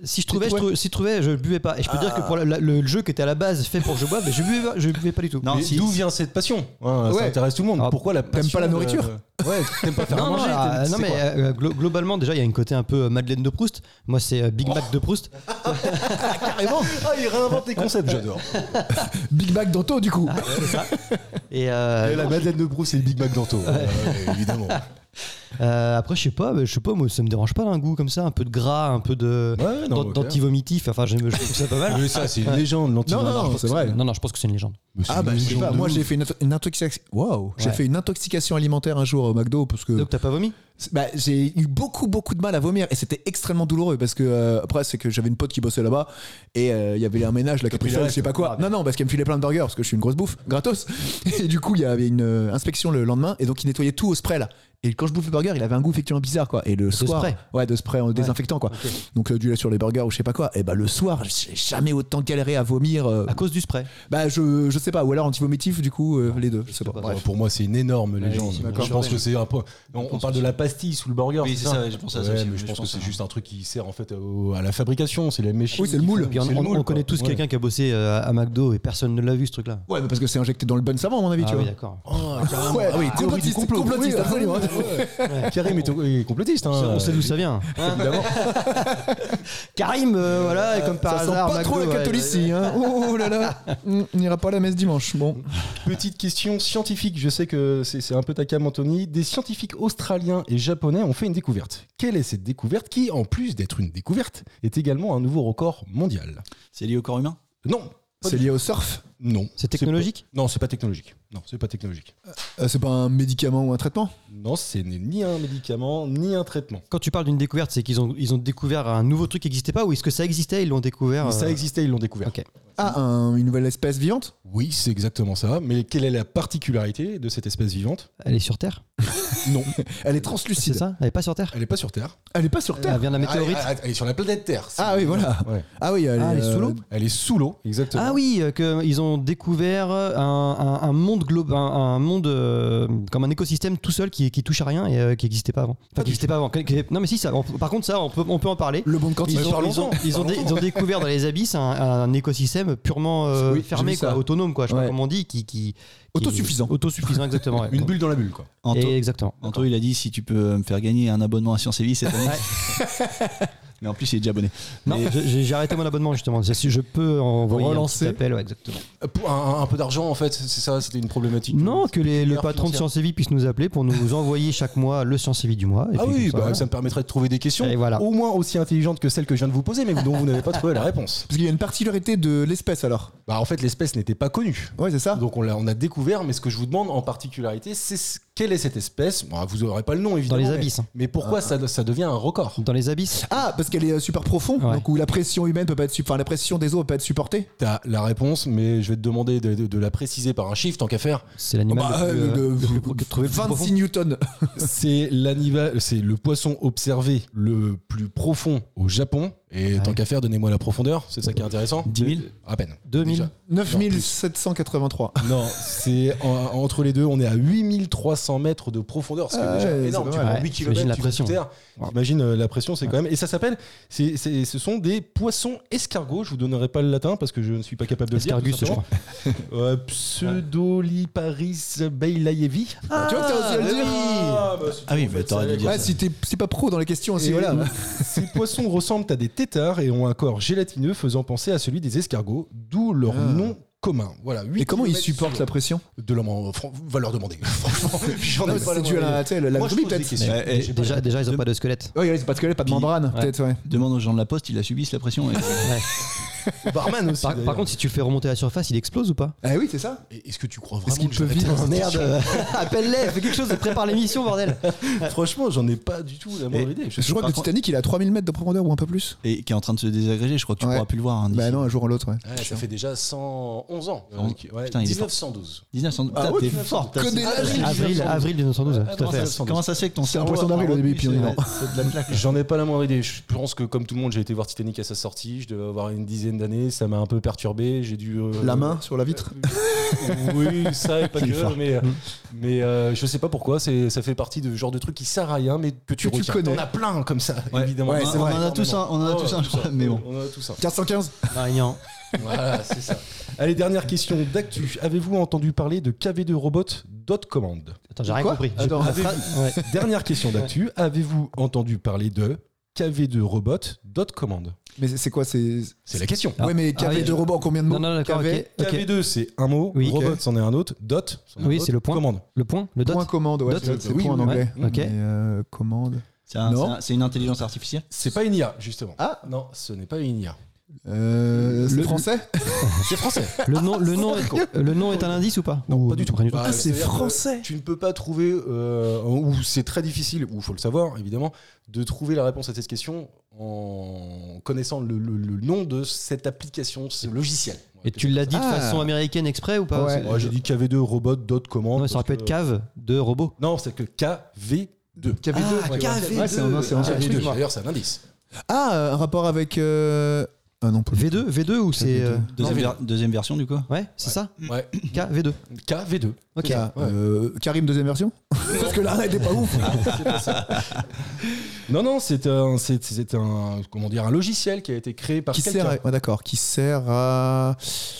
G: Si je trouvais,
F: Et
G: je
F: toi
G: trou- si je trouvais, je buvais pas. Et je peux dire que pour la- la- le jeu qui était à la base fait pour que je boive, mais je buvais pas, je buvais pas du tout.
E: Non,
D: Mais
E: si,
D: d'où
E: si.
D: vient cette passion hein, Ça
F: Ouais.
D: intéresse tout le monde.
G: Ah,
D: Pourquoi la passion
F: pas la
D: de-
F: nourriture
D: Ouais, t'aimes pas faire à
G: Non, non,
D: manger
G: euh,
D: t'aimes-
G: non,
D: c'est
G: mais
D: quoi
G: euh, glo- globalement, déjà, il y a une côté un peu euh, Madeleine de Proust. Moi, c'est euh, Big Mac de Proust.
F: Carrément.
D: Ah, il réinvente les concepts, j'adore.
F: Big Mac d'Anto, du coup.
G: Et, euh,
D: Et la Madeleine de Proust, c'est le Big Mac d'Anto. Ouais, évidemment.
G: euh, après, je sais pas, mais je sais pas, moi, ça me dérange pas d'un goût comme ça, un peu de gras, un peu de
D: Ouais, non,
G: d'an-
D: ok.
G: d'anti-vomitif. Enfin, j'aime- je trouve ça pas mal.
D: Mais ça, c'est une légende, l'anti
F: Non, non, non, c'est vrai.
G: Non, non, je pense que c'est une légende.
D: Mais c'est
F: Ah bah
D: une
F: je sais
D: légende
F: pas,
D: de
F: moi
D: ouf.
F: j'ai fait une, into- une intoxication. Waouh, j'ai
G: Ouais.
F: fait une intoxication alimentaire un jour au McDo parce que
G: Donc, t'as pas vomi?
F: bah, j'ai eu beaucoup beaucoup de mal à vomir et c'était extrêmement douloureux parce que euh, après c'est que j'avais une pote qui bossait là-bas et euh, il y avait un ménage là qui a pris
D: pris
F: ça,
D: les
F: je sais pas
D: restes.
F: quoi. Non non parce qu'elle me filait plein de burgers parce que je suis une grosse bouffe gratos et du coup il y avait une euh, inspection le lendemain et donc il nettoyait tout au spray là. Et quand je bouffe le burger, il avait un goût effectivement bizarre quoi. Et le soir,
G: spray.
F: ouais, de spray en désinfectant quoi.
G: Ok.
F: Donc euh, du lait sur les burgers ou je sais pas quoi. Et bah le soir, j'ai jamais autant galéré à vomir. euh,
G: À cause du spray.
F: Bah je je sais pas ou alors anti-vomitif du coup euh, les deux, je sais pas.
G: pas.
F: Bref.
D: Pour moi, c'est une énorme légende.
G: oui,
F: d'accord.
D: Je pense que c'est un peu. On, on parle de la pastille sous le burger.
E: Oui, c'est ça, je pense à ça
D: Ouais,
E: aussi,
D: mais
E: mais
D: je
E: je
D: pense que
E: pense
D: c'est
E: à-
D: juste un truc qui sert en fait au- à la fabrication. C'est les machines.
F: Oui, c'est le
D: qui
F: moule.
D: font-
G: Puis on,
D: c'est le
G: on-
D: moule,
G: on connaît
D: quoi.
G: tous
D: Ouais.
G: quelqu'un qui a bossé euh, à McDo et personne ne l'a vu ce truc-là.
F: Ouais, mais parce que c'est injecté dans le bon savon à mon avis,
G: Ah
F: tu
G: oui,
F: vois.
G: d'accord.
D: Oh, carrément.
F: Ouais,
D: Ah oui, théorie du
F: complotiste,
D: complot.
F: complotiste,
D: Oui,
F: absolument.
D: ouais. Karim est est complotiste. Hein.
G: On sait d'où ça vient. Hein
D: Évidemment.
G: Karim, euh, voilà, et comme par
F: Ça sent
G: hasard,
F: pas trop
G: McDo,
F: la
G: ouais,
F: catholicie, hein. Oh là là, on n'ira pas à la messe dimanche. Bon.
D: Petite question scientifique. Je sais que c'est c'est un peu ta cam, Anthony. Des scientifiques australiens et japonais ont fait une découverte. Quelle est cette découverte qui, en plus d'être une découverte, est également un nouveau record mondial?
E: C'est lié au corps humain?
D: Non. pas
F: C'est
D: du
F: lié au surf.
D: tout. Non.
G: C'est technologique?
D: pas- Non, c'est pas technologique. Non, c'est pas technologique.
F: Euh, c'est pas un médicament ou un traitement.
D: Non, c'est ni un médicament ni un traitement.
G: Quand tu parles d'une découverte, c'est qu'ils ont, ils ont découvert un nouveau truc qui n'existait pas ou est-ce que ça existait, ils l'ont découvert?
D: Mais ça
G: euh,
D: existait, ils l'ont découvert.
G: Ok.
F: Ah, un- une nouvelle espèce vivante.
D: Oui, c'est exactement ça. Mais quelle est la particularité de cette espèce vivante?
G: Elle est sur Terre?
D: Non,
F: Elle est
G: C'est
F: translucide.
G: ça? Elle est pas sur Terre?
D: elle n'est pas sur Terre.
F: Elle est pas sur
G: Elle
F: Terre.
G: vient de la météorite?
D: Ah, elle est sur la planète Terre.
F: Ah oui, voilà.
D: Ouais.
F: Ah oui, elle,
G: Ah, elle est
F: euh,
G: sous l'eau?
D: Elle est sous l'eau, exactement.
G: Ah oui, euh, que ils ont découvert un, un- un monde global, un, un monde euh, comme un écosystème tout seul qui, qui touche à rien et euh, qui n'existait pas avant. Enfin, qui n'existait pas avant. Qui- qui- non mais si, ça, on- par contre ça, on peut, on peut en parler.
F: Le bon quantique.
G: Ils ont, ils, ont, ils, ont dé- ils ont découvert dans les abysses un, un écosystème purement euh,
F: Oui, j'ai
G: fermé,
F: vu ça.
G: quoi, autonome, quoi, je sais
F: Ouais.
G: pas comment on dit, qui, qui, qui-
F: Autosuffisant.
G: Autosuffisant, exactement. ouais.
D: Une bulle dans la bulle, quoi.
E: Anto,
G: Et exactement.
E: Anto, il a dit si tu peux me faire gagner un abonnement à Science et Vie cette année. Mais en plus, il est déjà abonné.
G: Non,
E: Mais-
G: j'ai j'ai arrêté mon abonnement justement. Si je peux envoyer
F: Relancer.
G: un petit appel, ouais, exactement.
D: Pour un, un peu d'argent, en fait, c'est ça, c'était une problématique.
G: Non, que les- le
D: Meilleure
G: patron de
D: financière.
G: Science et Vie puisse nous appeler pour nous envoyer chaque mois le Science et Vie du mois. Et
D: Ah
G: puis
D: oui,
G: comme ça,
D: bah,
G: voilà.
D: ça me permettrait de trouver des questions
G: Et voilà.
D: au moins aussi intelligentes que celles que je viens de vous poser, mais dont vous n'avez pas trouvé la réponse.
F: Parce qu'il y a une particularité de l'espèce alors.
D: Bah, en fait, l'espèce n'était pas connue.
F: Ouais, c'est ça.
D: Donc on, l'a, on a découvert, mais ce que je vous demande en particularité, c'est ce- quelle est cette espèce. Bon, vous n'aurez pas le nom,
G: Dans
D: évidemment.
G: les
D: mais-
G: abysses. hein.
D: Mais pourquoi ça, ça devient un record?
G: Dans les abysses.
F: Ah, parce qu'elle est euh, super profond,
G: Ouais.
F: donc où la pression humaine peut pas être, su- enfin la pression des eaux peut pas être supportée.
D: T'as la réponse, mais je vais te demander de, de- de la préciser par un chiffre, tant qu'à faire.
G: C'est l'animal
F: Bah,
G: le plus,
F: euh,
G: euh,
F: de-
G: le plus pro- trouvé le plus profond.
F: vingt-six newtons.
D: C'est l'animal, c'est le poisson observé le plus profond au Japon. Et
G: Ouais.
D: tant qu'à faire, donnez-moi la profondeur, c'est ça qui est intéressant.
E: dix mille
D: À peine.
G: deux mille.
D: Déjà.
F: neuf mille sept cent quatre-vingt-trois.
D: Non, c'est en- entre les deux, on est à huit mille trois cents mètres de profondeur. C'est
F: Ah
D: déjà
F: ouais,
D: énorme.
F: c'est
D: Tu
F: pas
D: prends
G: mal.
D: huit
G: Ouais,
D: kilomètres,
G: t'imagines la
D: tu vas sous
G: pression.
D: terre.
G: Wow.
D: T'imagines euh, la pression, c'est quand même. Et ça s'appelle, c'est, c'est- ce sont des poissons escargots. Je vous donnerai pas le latin parce que je ne suis pas capable de le dire.
G: Escargus,
D: tout
G: je crois.
D: simplement. Ouais, Pseudoliparis beilayevi.
F: Ah, tu vois que t'as osé le dire.
D: Ah, bah, c'est
E: Ah oui,
D: bon,
E: bah,
D: en fait,
E: t'aurais
D: c'est
E: dû dire
F: Ouais,
D: avec-
F: si t'es c'est pas pro dans les questions aussi,
D: Et
F: voilà.
D: Ces poissons ressemblent à des têtards et ont un corps gélatineux faisant penser à celui des escargots, d'où leur
F: Ah.
D: nom commun. Voilà. huit
F: Et comment ils
D: kilomètres
F: supportent
D: sous
F: la pression?
D: l'eau. De l'homme, en- fran- va leur demander. Franchement, j'en ai
F: Non,
D: pas
F: C'est
D: la
F: dû à
D: moindre
F: la, tu sais, la
D: Moi, je
F: lomie,
D: pose des
F: peut-être.
D: questions.
E: Eh, eh,
D: J'ai pas
G: Déjà,
D: la
G: déjà, ils ont
E: De-
G: pas de squelette.
F: Ouais, c'est pas de squelette, pas de
E: Puis-
F: membrane,
G: Ouais.
F: peut-être, ouais.
E: Demande aux gens de la poste, il a subi la pression. et-
D: Le barman aussi.
G: Par,
D: d'ailleurs.
G: par contre, si tu le fais remonter à la surface, il explose ou pas?
F: Ah oui, c'est ça.
D: Et est-ce que tu crois
F: Est-ce
D: vraiment
F: qu'il
D: que
F: peut
D: j'arrête
F: vivre
D: cette
G: Merde,
D: question
G: euh, appelle-les, fais quelque chose, prépare l'émission, bordel.
D: Franchement, j'en ai pas du tout la moindre idée.
F: Je crois que
E: Par
F: le
E: contre-
F: Titanic, il a trois mille mètres de profondeur ou un peu plus.
E: Et qui est en train de se désagréger, je crois que tu
F: Ouais.
E: pourras plus le voir. hein,
F: Bah
E: d'ici.
F: non, un jour ou l'autre, ouais.
D: Ouais, ça fait déjà cent onze ans.
E: Ah bon
D: Ouais,
E: Putain, il est
D: dix-neuf cent douze.
E: dix-neuf cent.
F: Ah
E: Putain,
F: ouais,
E: t'es
F: putain,
E: fort. t'as-
F: connais
E: Ah,
F: l'âge.
E: oui.
G: Avril, avril mille neuf cent douze,
D: Ah,
G: tout à
D: non,
G: fait.
D: c'est-
E: Comment ça se fait que ton
F: C'est un
E: cerveau
F: poisson d'avril
E: a
F: au début,
E: retenu
F: puis on y
E: ce-
F: va.
E: cette date-là, quoi.
D: J'en ai pas la moindre idée. Je pense que comme tout le monde, j'ai été voir Titanic à sa sortie. Je devais avoir une dizaine dizaine d'années, ça m'a un peu perturbé. J'ai dû. Euh,
F: La main sur la vitre.
D: Oui, ça et pas
F: Quel
D: que,
F: fort.
D: mais, mais euh, je sais pas pourquoi, c'est, ça fait partie de genre de truc qui sert à rien, mais que tu
F: Que tu
D: retiens.
F: connais.
D: T'en as plein comme ça,
E: Ouais.
D: évidemment.
F: Ouais,
E: on,
F: c'est
E: on
F: vrai.
E: en a tous un, on en a tous un, je crois, mais bon.
D: On en a tous un.
F: quatre cent quinze.
G: Marian.
D: Voilà, c'est ça. Allez, dernière question d'actu. Avez-vous entendu parler de K V deux Robot dot command?
G: Attends, j'ai rien
F: Quoi
G: compris.
F: Attends,
G: J'ai-
D: avez-vous-
G: Ouais.
D: Dernière question d'actu. Avez-vous entendu parler de K V deux Robot dot command?
F: Mais c'est c'est quoi c'est...
D: C'est la question.
F: Ouais, mais
G: Ah
F: K V
G: oui,
F: de
G: je-
F: robot en combien de mots
G: Non, non, d'accord,
F: K V,
G: ok.
D: K V deux, c'est un mot.
G: Oui.
D: Robot,
F: Ok.
D: c'en est un autre. Dot, c'en est un
G: Oui,
D: autre.
G: c'est le point.
D: Commande.
G: Le point, le dot.
F: Point commande, ouais,
G: Dot.
F: c'est, c'est
D: Oui,
F: point en
D: oui,
F: anglais.
G: ouais, ok.
F: Mais, euh, commande.
E: C'est, un-
F: Non.
E: c'est, un- c'est une intelligence artificielle.
D: C'est pas une I A, justement.
F: Ah.
D: Non, ce n'est pas une I A.
F: Euh, c'est
G: Le-
F: français
D: C'est français.
G: Le nom, le nom, est, le nom est un indice ou pas?
D: Non,
G: Ou-
D: pas du tout.
G: rien du tout.
D: Bah,
F: Ah, c'est
D: c'est-à-dire que
F: français.
D: Tu ne peux pas trouver, euh, ou c'est très difficile, ou il faut le savoir évidemment, de trouver la réponse à cette question en connaissant le, le- le nom de cette application, ce logiciel.
G: Et tu l'as dit de
F: Ah.
G: façon américaine exprès ou pas?
F: Ouais.
G: C'est-
D: Moi, j'ai dit K V deux robot dot command.
G: Non, ça aurait pu être cave de robot.
D: Non, c'est que K V deux.
F: K V deux.
G: Ah,
F: ouais.
G: K V deux.
F: Ouais, c'est un, c'est un
D: K V deux,
F: excuse-moi.
D: d'ailleurs, c'est un indice.
F: Ah, euh, un rapport avec. euh, Ah non, pas
G: V deux, V deux ou c'est. euh,
E: Deuxième,
D: non,
E: ver- deuxième version du coup.
G: Ouais, c'est ça?
D: Ouais.
G: K V deux.
D: K V deux.
G: Ok.
D: C'est ça, ouais.
F: Euh, Karim, deuxième version Parce que là, elle était pas ouf.
D: Non, non, c'est un, c'est, c'est un, comment dire, un logiciel qui a été créé par
F: Qui
D: quelqu'un.
F: sert à... ouais, d'accord, qui sert à.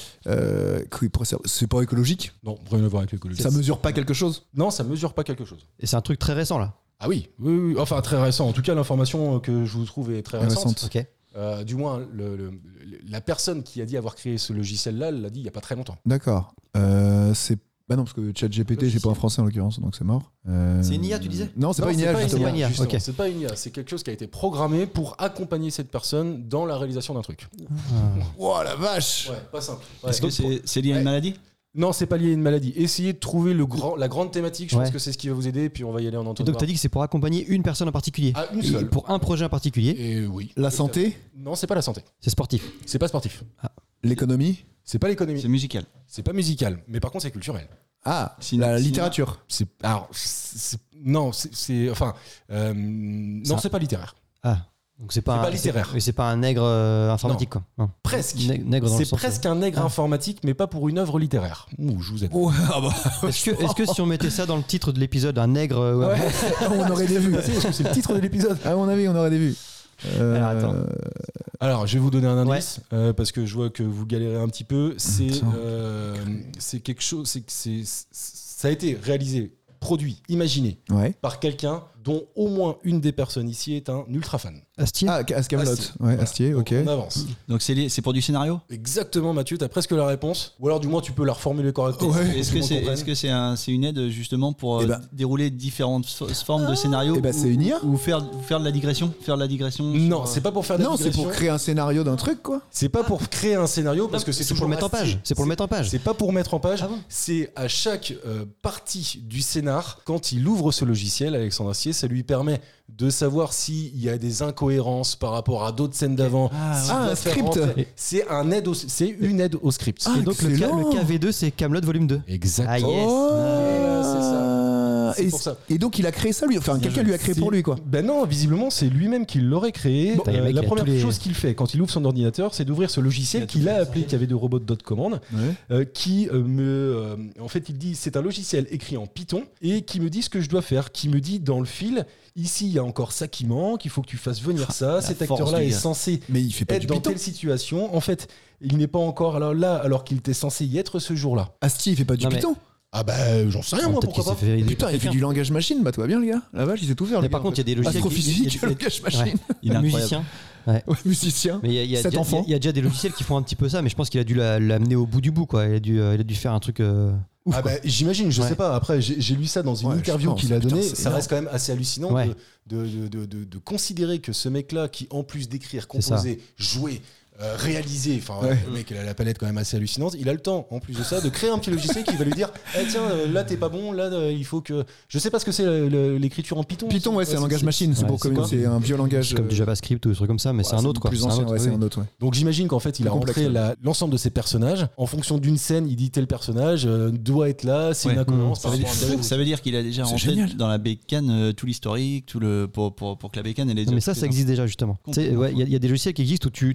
F: Euh, qui pourrait servir- C'est pas écologique.
D: Non, rien à voir avec l'écologie.
F: Ça mesure pas quelque chose.
D: Non, ça mesure pas quelque chose.
G: Et c'est un truc très récent là.
D: Ah oui, oui, oui, enfin très récent. En tout cas, l'information que je vous trouve est très récente.
F: Récente.
G: Ok.
D: Euh, du moins, le- le- la personne qui a dit avoir créé ce logiciel-là l'a dit il y a pas très longtemps.
F: D'accord. Euh, c'est. Bah non, parce que ChatGPT, j'ai
D: Logiciel.
F: pas en français en l'occurrence, donc c'est mort. Euh,
G: C'est une I A, tu disais
F: Non, c'est
D: Non,
F: pas une I A, justement.
G: pas une I A,
D: justement.
G: ok.
D: C'est pas une I A, c'est quelque chose qui a été programmé pour accompagner cette personne dans la réalisation d'un truc.
F: Oh la vache.
D: Ouais, pas simple. Ouais,
E: Est-ce que
D: donc,
E: c'est, c'est lié à une
D: Ouais.
E: maladie?
D: Non, c'est pas lié à une maladie. Essayez de trouver le grand, la grande thématique. Je
G: Ouais.
D: pense que c'est ce qui va vous aider. Puis on va y aller en
G: Et
D: entonnoir.
G: donc t'as dit que c'est pour accompagner une personne en particulier.
D: Ah, une
G: Et
D: seule.
G: pour un projet en particulier.
D: Et oui.
F: La santé,
D: Non, c'est pas la santé.
G: C'est sportif.
D: C'est pas sportif.
F: l'économie.
D: C'est pas l'économie.
E: C'est musical.
D: C'est pas musical. Mais par contre, c'est culturel.
F: Ah,
E: Cinéma-
F: la
E: cinéma.
F: littérature.
D: C'est alors c'est- non, c'est- c'est enfin euh, non,
G: Ça-
D: c'est pas littéraire.
G: Ah. Donc c'est pas,
D: C'est
G: un,
D: pas littéraire.
G: c'est- oui, c'est pas un nègre euh, informatique quoi. Non.
D: Presque.
G: Nègre- nègre dans le
D: C'est
G: sens,
D: presque un nègre
G: Ah.
D: informatique, mais pas pour une œuvre littéraire. Ouh, je vous aide.
F: ah bah.
G: Est-ce que, est-ce que si on mettait ça dans le titre de l'épisode, un nègre. euh, ouais.
F: on aurait des vues.
D: Est-ce que c'est le titre de l'épisode?
F: À mon avis, on aurait des vues. Euh,
G: Alors, attends.
D: Alors, je vais vous donner un indice euh, parce que je vois que vous galérez un petit peu. C'est
F: Attends.
D: euh, c'est quelque chose. C'est que c'est ça a été réalisé, produit, imaginé
F: Ouais.
D: par quelqu'un dont au moins une des personnes ici est un ultra fan.
G: Astier.
F: Ah, Camelot.
D: Astier.
F: Ouais,
D: Voilà.
F: Astier,
D: Donc,
F: ok.
D: on avance.
E: Donc c'est, lié- c'est pour du scénario?
D: Exactement, Mathieu, t'as presque la réponse. Ou alors, du moins, tu peux la reformuler correctement.
F: Ouais.
D: pour
E: Est-ce
D: tout
E: que
D: le
E: c'est,
D: monde comprenne.
E: est-ce que c'est, un, c'est une aide justement pour
F: Eh
E: euh,
F: ben.
E: dérouler différentes fo- formes de scénarios?
F: Eh ben, c'est une I A.
E: Ou faire, ou faire de la digression? Faire de la digression
D: Non,
E: sur,
D: c'est pas pour faire de la
F: Non, c'est
D: digression.
F: pour créer un scénario d'un truc, quoi.
D: C'est pas pour créer un scénario parce que c'est
G: C'est
D: toujours
G: pour le mettre en page.
D: Astier.
G: C'est pour le mettre en page.
D: C'est pas pour mettre en page.
G: Ah bon
D: C'est à chaque euh, partie du scénar, quand il ouvre ce logiciel, Alexandre Astier, ça lui permet de savoir s'il y a des incohérences par rapport à d'autres scènes d'avant.
E: Ah,
D: s'il
F: ouais.
D: doit
F: Ah, un
D: faire
F: script.
D: rentrer- C'est un aide au- c'est une aide au script.
F: Ah,
G: Et donc le, K-
F: excellent.
G: le K V deux, c'est Camelot volume deux.
D: Exactement.
G: Ah, yes.
D: Voilà, c'est ça. C'est
F: Et,
D: pour ça.
F: et donc il a créé ça lui, enfin quelqu'un lui a créé
D: C'est-
F: pour lui quoi.
D: Ben non, visiblement c'est lui-même qui l'aurait créé.
G: Bon,
D: Euh,
G: le mec,
D: la
G: il a
D: première
G: tous les-
D: chose qu'il fait quand il ouvre son ordinateur, c'est d'ouvrir ce logiciel qu'il a appelé K V deux robot dot command, euh, qui euh, me, euh, en fait, il dit c'est un logiciel écrit en Python et qui me dit ce que je dois faire, qui me dit dans le fil, ici il y a encore ça qui manque, il faut que tu fasses venir ça, cet
E: force
D: acteur-là
E: du
D: est
E: gars.
D: censé
F: Mais il fait pas
D: être
F: du
D: dans
F: Python.
D: telle situation. En fait, il n'est pas encore alors là alors qu'il était censé y être ce jour-là.
F: Astier il fait pas du
G: Non, mais-
F: Python.
D: Ah bah j'en sais rien moi,
G: Peut-être qu'il
D: pourquoi
G: s'est
D: pas.
G: fait.
F: Putain, il fait du langage machine, bah toi bien le gars. La vache, il sait tout faire.
G: Mais
F: le
G: par
F: gars,
G: contre, il y a des
F: en fait.
G: logiciels. qui-
F: Astrophysique,
G: il y a-
F: langage machine.
E: Il est incroyable.
G: musicien.
F: Ouais, musicien.
G: Mais il y a, il y a
F: Sept
G: déjà-
F: enfants.
G: il y a déjà des logiciels qui font un petit peu ça, mais je pense qu'il a dû la- l'amener au bout du bout, quoi. Il a dû, euh, il a dû faire un truc euh, ouf.
D: Ah
G: quoi.
D: bah, j'imagine, je
G: Ouais.
D: sais pas. Après, j'ai j'ai lu ça dans une
F: Ouais, je
D: interview
F: pense.
D: qu'il a
F: Putain,
D: donnée.
F: c'est
D: Ça
F: énorme.
D: reste quand même assez hallucinant
G: Ouais.
D: de, de, de, de, de considérer que ce mec-là, qui en plus d'écrire,
G: C'est ça.
D: composer, jouer, euh, réaliser, enfin,
F: Ouais.
D: le mec, il a la palette quand même assez hallucinante. Il a le temps, en plus de ça, de créer un petit logiciel qui va lui dire eh, tiens, euh, là t'es pas bon, là euh, il faut que. Je sais pas ce que c'est le- le- l'écriture en Python.
F: Python, ouais, c'est un langage machine, c'est
G: ouais,
F: pour
G: c'est
F: communiquer, c'est un vieux langage.
G: C'est comme du
F: euh,
G: JavaScript ou des trucs comme ça, mais
F: ouais,
G: c'est un autre, quoi.
F: Plus
G: C'est un
F: ancien,
G: autre,
F: ouais, c'est
G: oui.
F: un autre, ouais.
D: Donc j'imagine qu'en fait il a
F: Plus complexe,
D: rentré
F: ouais.
D: la- l'ensemble de ses personnages. En fonction d'une scène, il dit tel personnage euh, doit être là, c'est
E: Ouais.
D: une incohérence.
E: Ça
D: par
E: veut, dire,
D: rapport à
E: ça
D: un
E: veut-
D: autre.
E: ça veut dire qu'il a déjà
F: C'est
E: rentré
F: génial.
E: dans la bécane euh, tout l'historique, tout le pour, pour, pour que la bécane elle ait
G: Non, mais ça, ça existe déjà justement. Tu sais, ouais, Il y, a- il y a des logiciels qui existent où tu, tu crées des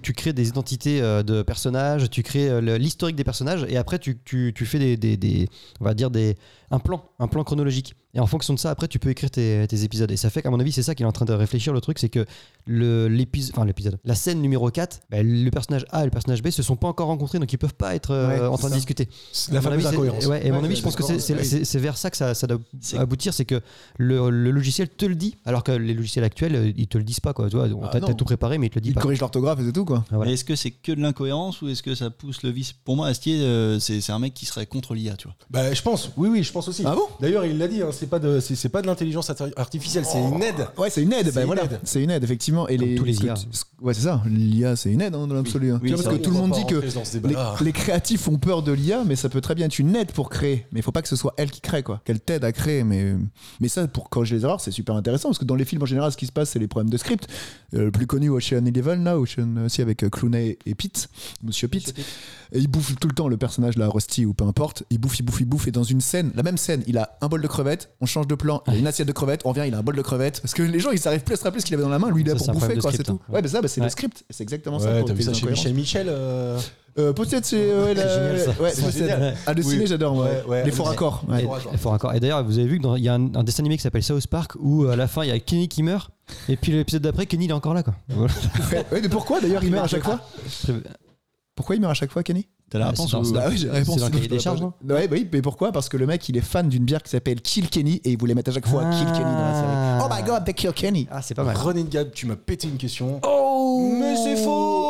G: des identités euh, de personnages, tu crées euh, le- l'historique des personnages et après tu, tu, tu fais des, des, des on va dire des un plan, un plan chronologique. Et en fonction de ça, après, tu peux écrire tes, tes épisodes. Et ça fait qu'à mon avis, c'est ça qu'il est en train de réfléchir. Le truc, c'est que le, l'épisode, enfin l'épisode, la scène numéro quatre, bah, le personnage A et le personnage B se sont pas encore rencontrés, donc ils peuvent pas être euh,
F: Ouais,
G: en train de
F: ça.
G: discuter.
D: La
G: À mon
D: fameuse
G: avis, c'est-
D: incohérence.
G: Ouais, et à mon
F: Ouais,
G: avis, je pense que c'est, c'est,
F: d'accord.
G: c'est- c'est vers ça que ça, ça doit
E: C'est-
G: aboutir, c'est que le, le logiciel te le dit, alors que les logiciels actuels, euh, ils te le disent pas. Quoi. Tu vois,
F: Ah,
G: t'as,
F: non.
G: t'as tout préparé, mais ils te le disent
F: Il
G: pas.
F: corrige l'orthographe et c'est tout quoi.
G: Ah, voilà.
E: Mais est-ce que c'est que de l'incohérence ou est-ce que ça pousse le vice? Pour moi, Astier, euh, c'est, c'est un mec qui serait contre l'I A, tu vois.
D: Bah, je pense. Oui, oui, je pense aussi.
F: Ah bon
D: D'ailleurs, il l'a dit. Hein, c'est pas de, c'est, c'est pas de l'intelligence arti- artificielle, c'est une aide.
F: Ouais, c'est une aide.
D: C'est
F: Bah
D: une
F: voilà,
D: aide.
F: c'est une aide effectivement. Et
G: Comme
F: les,
G: tous les
F: ce que
G: I A.
F: tu- ce- Ouais, c'est ça. L'I A, c'est une aide hein, dans l'absolu. hein.
E: Oui,
F: Tu vois,
E: c'est
F: parce que
E: vrai.
F: tout le
D: On va
F: monde
D: pas
F: dit que
D: rentrer dans ce
F: les,
D: débat-là.
F: les créatifs ont peur de l'I A, mais ça peut très bien être une aide pour créer. Mais il faut pas que ce soit elle qui crée, quoi. Qu'elle t'aide à créer. Mais, mais ça, pour corriger les erreurs, c'est super intéressant parce que dans les films en général, ce qui se passe, c'est les problèmes de script. Euh, le plus connu, Ocean Eleven, là, Ocean aussi avec euh, Clooney et Pete, Monsieur Pete. Et il bouffe tout le temps le personnage, là, Rusty ou peu importe. Il bouffe, il bouffe, il bouffe. Et dans une scène, la même scène, il a un bol de crevettes. On change de plan, il a une assiette de crevettes. On revient, il a un bol de crevettes. Parce que les gens, ils s'arrivent plus à se rappeler ce qu'il avait dans la main. Lui, il est là
G: Ça,
F: pour
G: c'est un
F: bouffer,
G: problème de
F: quoi, c'est
G: script,
F: tout.
G: hein.
F: Ouais, mais ça, bah, c'est
G: Ouais.
F: le script. C'est exactement ça.
D: Ouais,
F: pour
D: t'as vu
F: tes
D: ça chez
F: incohérences.
D: Michel Michel euh,
F: Euh, Peut-être c'est ouais, la-
G: génial, ça.
F: ouais,
D: C'est
F: peut-être.
D: génial.
F: Ah, le
D: Oui.
F: ciné, j'adore. moi.
D: Ouais, ouais,
F: les
D: le
F: faux
D: ciné.
F: raccords. ouais.
G: Et-
D: Faut raccord.
G: et faut raccord. Et d'ailleurs, vous avez vu qu'il y a un, un dessin animé qui s'appelle South Park où à la fin il y a Kenny qui meurt et puis l'épisode d'après Kenny il est encore là quoi. Voilà.
F: Ouais, ouais, mais pourquoi d'ailleurs il meurt à chaque fois Pourquoi il meurt à chaque fois, Kenny
E: T'as la
G: Ah,
E: réponse
G: c'est
E: ou-
G: dans-
F: Bah oui, j'ai la réponse.
G: c'est dans le cahier
F: Je
G: des
F: peux
G: charges,
F: pas-
G: non
F: Ouais, bah oui, mais pourquoi Parce que le mec, il est fan d'une bière qui s'appelle Kill Kenny et il voulait mettre à chaque fois
G: Ah.
F: Kill Kenny dans la série. Oh my god, they kill Kenny.
G: Ah c'est pas mal.
D: Running Gag, tu m'as pété une question.
F: Oh
D: Mais c'est faux.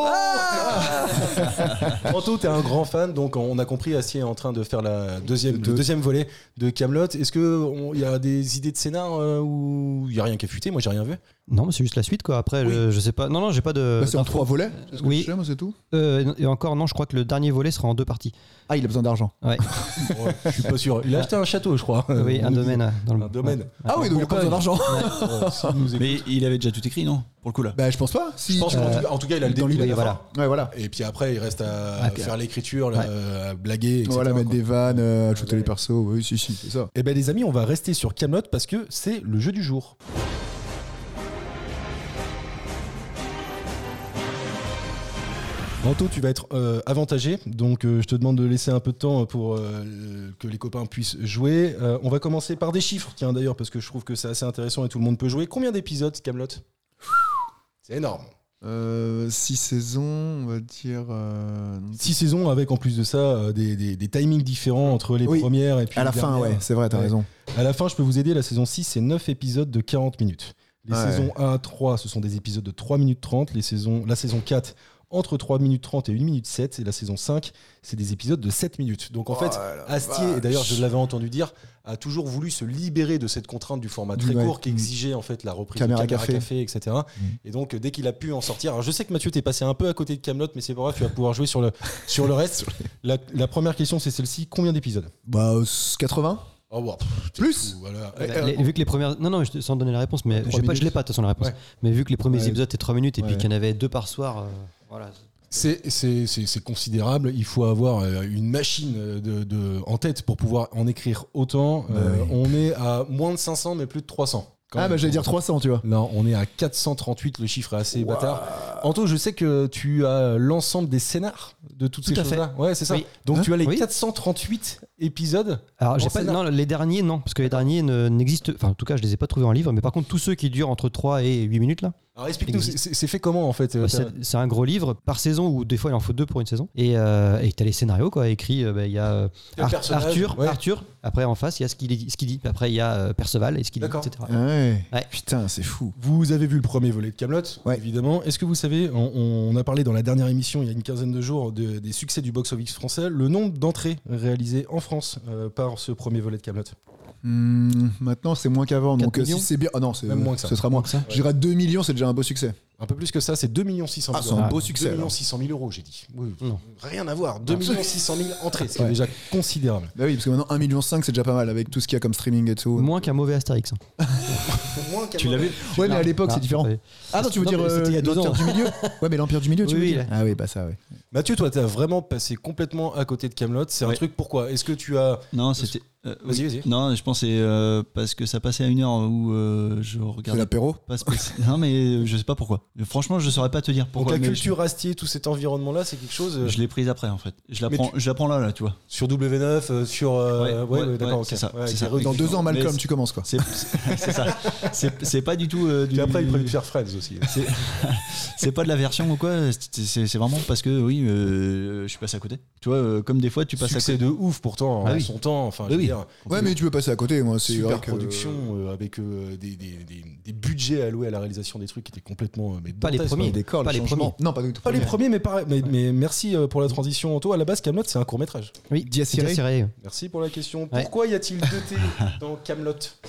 D: Anto, t'es un grand fan, donc on a compris, Astier est en train de faire la deuxième,
F: De-
D: le deuxième volet de Kaamelott. Est-ce que il y a des idées de scénar euh, où il y a rien qui a fuité? Moi, j'ai rien vu.
G: Non mais c'est juste la suite quoi. Après
D: Oui.
G: je, je sais pas. Non non j'ai pas de.
F: Bah, c'est en
G: d'infos.
F: trois volets. C'est ce que
G: Oui.
F: je sais, moi, c'est tout.
G: Euh, et encore non je crois que le dernier volet sera en deux parties.
F: Ah, il a besoin d'argent.
G: Ouais.
D: Ouais, je suis pas sûr. Il a acheté un château, je crois.
G: oui
D: On
G: un
D: nous
G: domaine. euh, Dans le...
D: Un domaine.
G: Ouais.
F: Ah oui, donc il a pas besoin d'argent.
D: Ouais, si nous écoute.
E: Mais il avait déjà tout écrit, non? Pour le coup, là.
F: Bah, je pense pas. Si.
D: Je pense qu'en
G: Euh,
D: tout cas- en tout cas, il a le
F: dans
D: début, il a
F: l'idée,
D: la
G: voilà.
D: fin.
F: Ouais, voilà.
D: Et puis après, il reste à
G: Ah, ok.
D: faire l'écriture, là,
G: Ouais.
D: à blaguer, et cetera.
F: Voilà, mettre
D: quoi.
F: des vannes, euh, ajouter
D: Ouais.
F: les persos. Oui, si, si, c'est ça.
D: Eh ben les amis, on va rester sur Kaamelott parce que c'est le jeu du jour. Anto, tu vas être euh, avantagé, donc euh, je te demande de laisser un peu de temps pour euh, que les copains puissent jouer. Euh, on va commencer par des chiffres, tiens d'ailleurs, parce que je trouve que c'est assez intéressant et tout le monde peut jouer. Combien d'épisodes, Kaamelott? C'est énorme.
F: Euh, six saisons, on va dire. euh,
D: Six saisons avec en plus de ça euh, des, des- des timings différents entre les
F: Oui.
D: premières et puis
F: À la
D: les
F: fin,
D: dernières.
F: ouais, c'est vrai, t'as
D: Ouais.
F: raison.
D: À la fin, je peux vous aider. La saison six, c'est neuf épisodes de quarante minutes. Les
F: Ouais.
D: saisons un à trois, ce sont des épisodes de trois minutes trente. Les saisons, la saison quatre, entre trois minutes trente et une minute sept. Et la saison cinq, c'est des épisodes de sept minutes. Donc en fait, Astier, et d'ailleurs je l'avais entendu dire, a toujours voulu se libérer de cette contrainte du format très
F: Ouais.
D: court qui exigeait en fait la reprise
F: Caméra
D: de caméra
F: café.
D: café, et cetera. Et donc dès qu'il a pu en sortir, alors je sais que Mathieu t'es passé un peu à côté de Kaamelott, mais c'est pas grave, tu vas pouvoir jouer sur le, sur le reste. La, la première question c'est celle-ci, combien d'épisodes?
F: Bah, euh, quatre-vingts
D: Oh, wow, pff, t'es
F: Plus
D: fou, voilà.
G: Bah,
D: Eh,
G: les- vu que les premières. Non, non, je te- sans donner la réponse, mais
F: Trois
G: j'ai pas, je
F: minutes.
G: l'ai pas de toute façon la réponse.
D: Ouais.
G: Mais vu que les premiers
F: Ouais.
G: épisodes étaient trois minutes et puis
F: Ouais.
G: qu'il y en avait deux par soir, euh, voilà.
D: C'est, c'est, c'est, c'est considérable. Il faut avoir euh, une machine de, de- en tête pour pouvoir en écrire autant. Euh,
F: Bah oui.
D: On est à moins de cinq cents, mais plus de trois cents. quand
F: Ah,
D: même.
F: bah, j'allais dire trois cents, tu vois.
D: Non, on est à quatre cent trente-huit. Le chiffre est assez bâtard. Anto, je sais que tu as l'ensemble des scénars de toutes
G: Tout
D: ces
G: à fait.
D: choses-là. Ouais, c'est ça.
G: Oui.
D: Donc
F: Hein
D: tu as les
G: Oui.
D: quatre cent trente-huit épisodes.
G: Alors, j'ai
D: En
G: pas,
D: scénar.
G: non, les derniers, non, parce que les derniers ne- n'existent. Enfin, en tout cas, je les ai pas trouvés en livre, mais par contre, tous ceux qui durent entre trois et huit minutes, là,
D: Alors explique-nous,
G: Existe.
D: c'est, c'est fait comment en fait euh,
G: c'est c'est un gros livre par saison, ou des fois il en faut deux pour une saison. Et euh, et t'as les scénarios, quoi, écrits. euh, bah, Il y a euh,
D: Quel
G: Ar-
D: personnage
G: Arthur,
D: Ouais.
G: Arthur. Après, en face, il y a ce qu'il dit, ce qu'il dit. Puis après, il y a euh, Perceval et ce qu'il dit,
D: D'accord.
G: et cetera.
F: Ouais.
G: Ouais.
F: Putain, c'est fou.
D: Vous avez vu le premier volet de Kaamelott,
F: Ouais.
D: évidemment. Est-ce que vous savez, on, on a parlé dans la dernière émission, il y a une quinzaine de jours, de- des succès du box-office français, le nombre d'entrées réalisées en France euh, par ce premier volet de Kaamelott?
F: Hmm, maintenant, c'est moins qu'avant. Donc,
G: quatre
F: euh, si
G: millions
F: c'est bien. Ah non, c'est-
D: Même moins que ça.
F: ce sera moins.
G: que ça.
F: Je dirais deux millions, c'est déjà un beau succès.
D: Un peu plus que ça, c'est deux millions six cent mille
F: Ah,
D: euros.
F: c'est un beau succès,
D: deux millions
F: alors.
D: six cent mille euros, j'ai dit. Oui,
G: Non.
D: Rien à voir. deux millions six cent mille entrées, ce qui est
F: Ouais.
D: déjà considérable.
F: Bah oui, parce que maintenant, un million cinq, c'est déjà pas mal avec tout ce qu'il y a comme streaming et tout.
G: Moins qu'un mauvais Astérix. hein.
E: Tu l'as vu?
F: Ouais, mais à l'époque,
G: Ah,
F: c'est différent.
G: ouais.
F: Ah non, tu veux
G: Non,
F: dire
G: mais c'était il y a
F: euh,
G: deux
F: l'Empire
G: ans.
F: du Milieu Ouais, mais l'Empire du Milieu, tu
G: Oui,
F: veux
G: oui,
F: dire
G: là.
F: Ah oui, bah ça, ouais.
D: Mathieu, toi, t'as vraiment passé complètement à côté de Kaamelott. C'est un
E: Ouais.
D: truc, pourquoi? Est-ce que tu as.
E: Non, c'était. Euh,
D: Vas-y,
E: oui.
D: vas-y.
E: Non, je pense que c'est euh, parce que ça passait à une heure où euh, je
F: C'est
E: regardais
F: l'apéro.
E: pas spéci- Non, mais je sais pas pourquoi. Franchement, je saurais pas te dire
D: Donc
E: pourquoi.
D: la
E: mais
D: culture Astier, tout cet environnement-là, c'est quelque chose.
E: je,
D: euh,
E: je l'ai prise après en fait. Je la
D: Mais
E: prends,
D: tu-
E: je la prends là, là, tu vois.
D: Sur W neuf, euh, sur. euh,
E: Ouais,
D: ouais,
E: ouais,
D: ouais, d'accord,
E: ouais,
D: ok.
E: c'est ça,
D: Ouais,
E: c'est
D: avec
E: ça.
D: les rues,
F: Dans deux ans, Malcolm,
E: Mais
F: tu commences quoi.
E: C'est, c'est, c'est ça. C'est, c'est pas du tout. Euh, du,
D: Puis après, il prévu de faire Friends aussi.
E: C'est, c'est pas de la version ou quoi. C'est, c'est, c'est vraiment parce que oui, euh, je suis passé à côté. Tu vois, euh, comme des fois, tu passes
D: Succès
E: à côté.
D: de ouf pourtant
E: Ah
D: en
E: oui.
D: son temps. Enfin,
E: Oui,
D: je veux
E: oui.
D: dire,
F: Ouais, mais tu peux passer à côté, moi. C'est
D: super
F: vrai que-
D: production euh, avec euh, des, des, des, des budgets alloués à la réalisation des trucs qui étaient complètement. euh, mais
G: Pas les
D: dantesques,
G: premiers.
D: quoi.
F: Des corps,
G: Pas les
F: changements.
G: premiers.
F: Non, pas du tout.
D: Pas les premiers, mais, pareil, mais, mais merci euh, pour la transition, Anto. À la base, Kaamelott, c'est un court métrage.
G: Oui,
F: Diaz
G: Diaz
F: Irae.
G: Irae.
D: Merci pour la question.
G: Ouais.
D: Pourquoi y a-t-il deux T dans Kaamelott?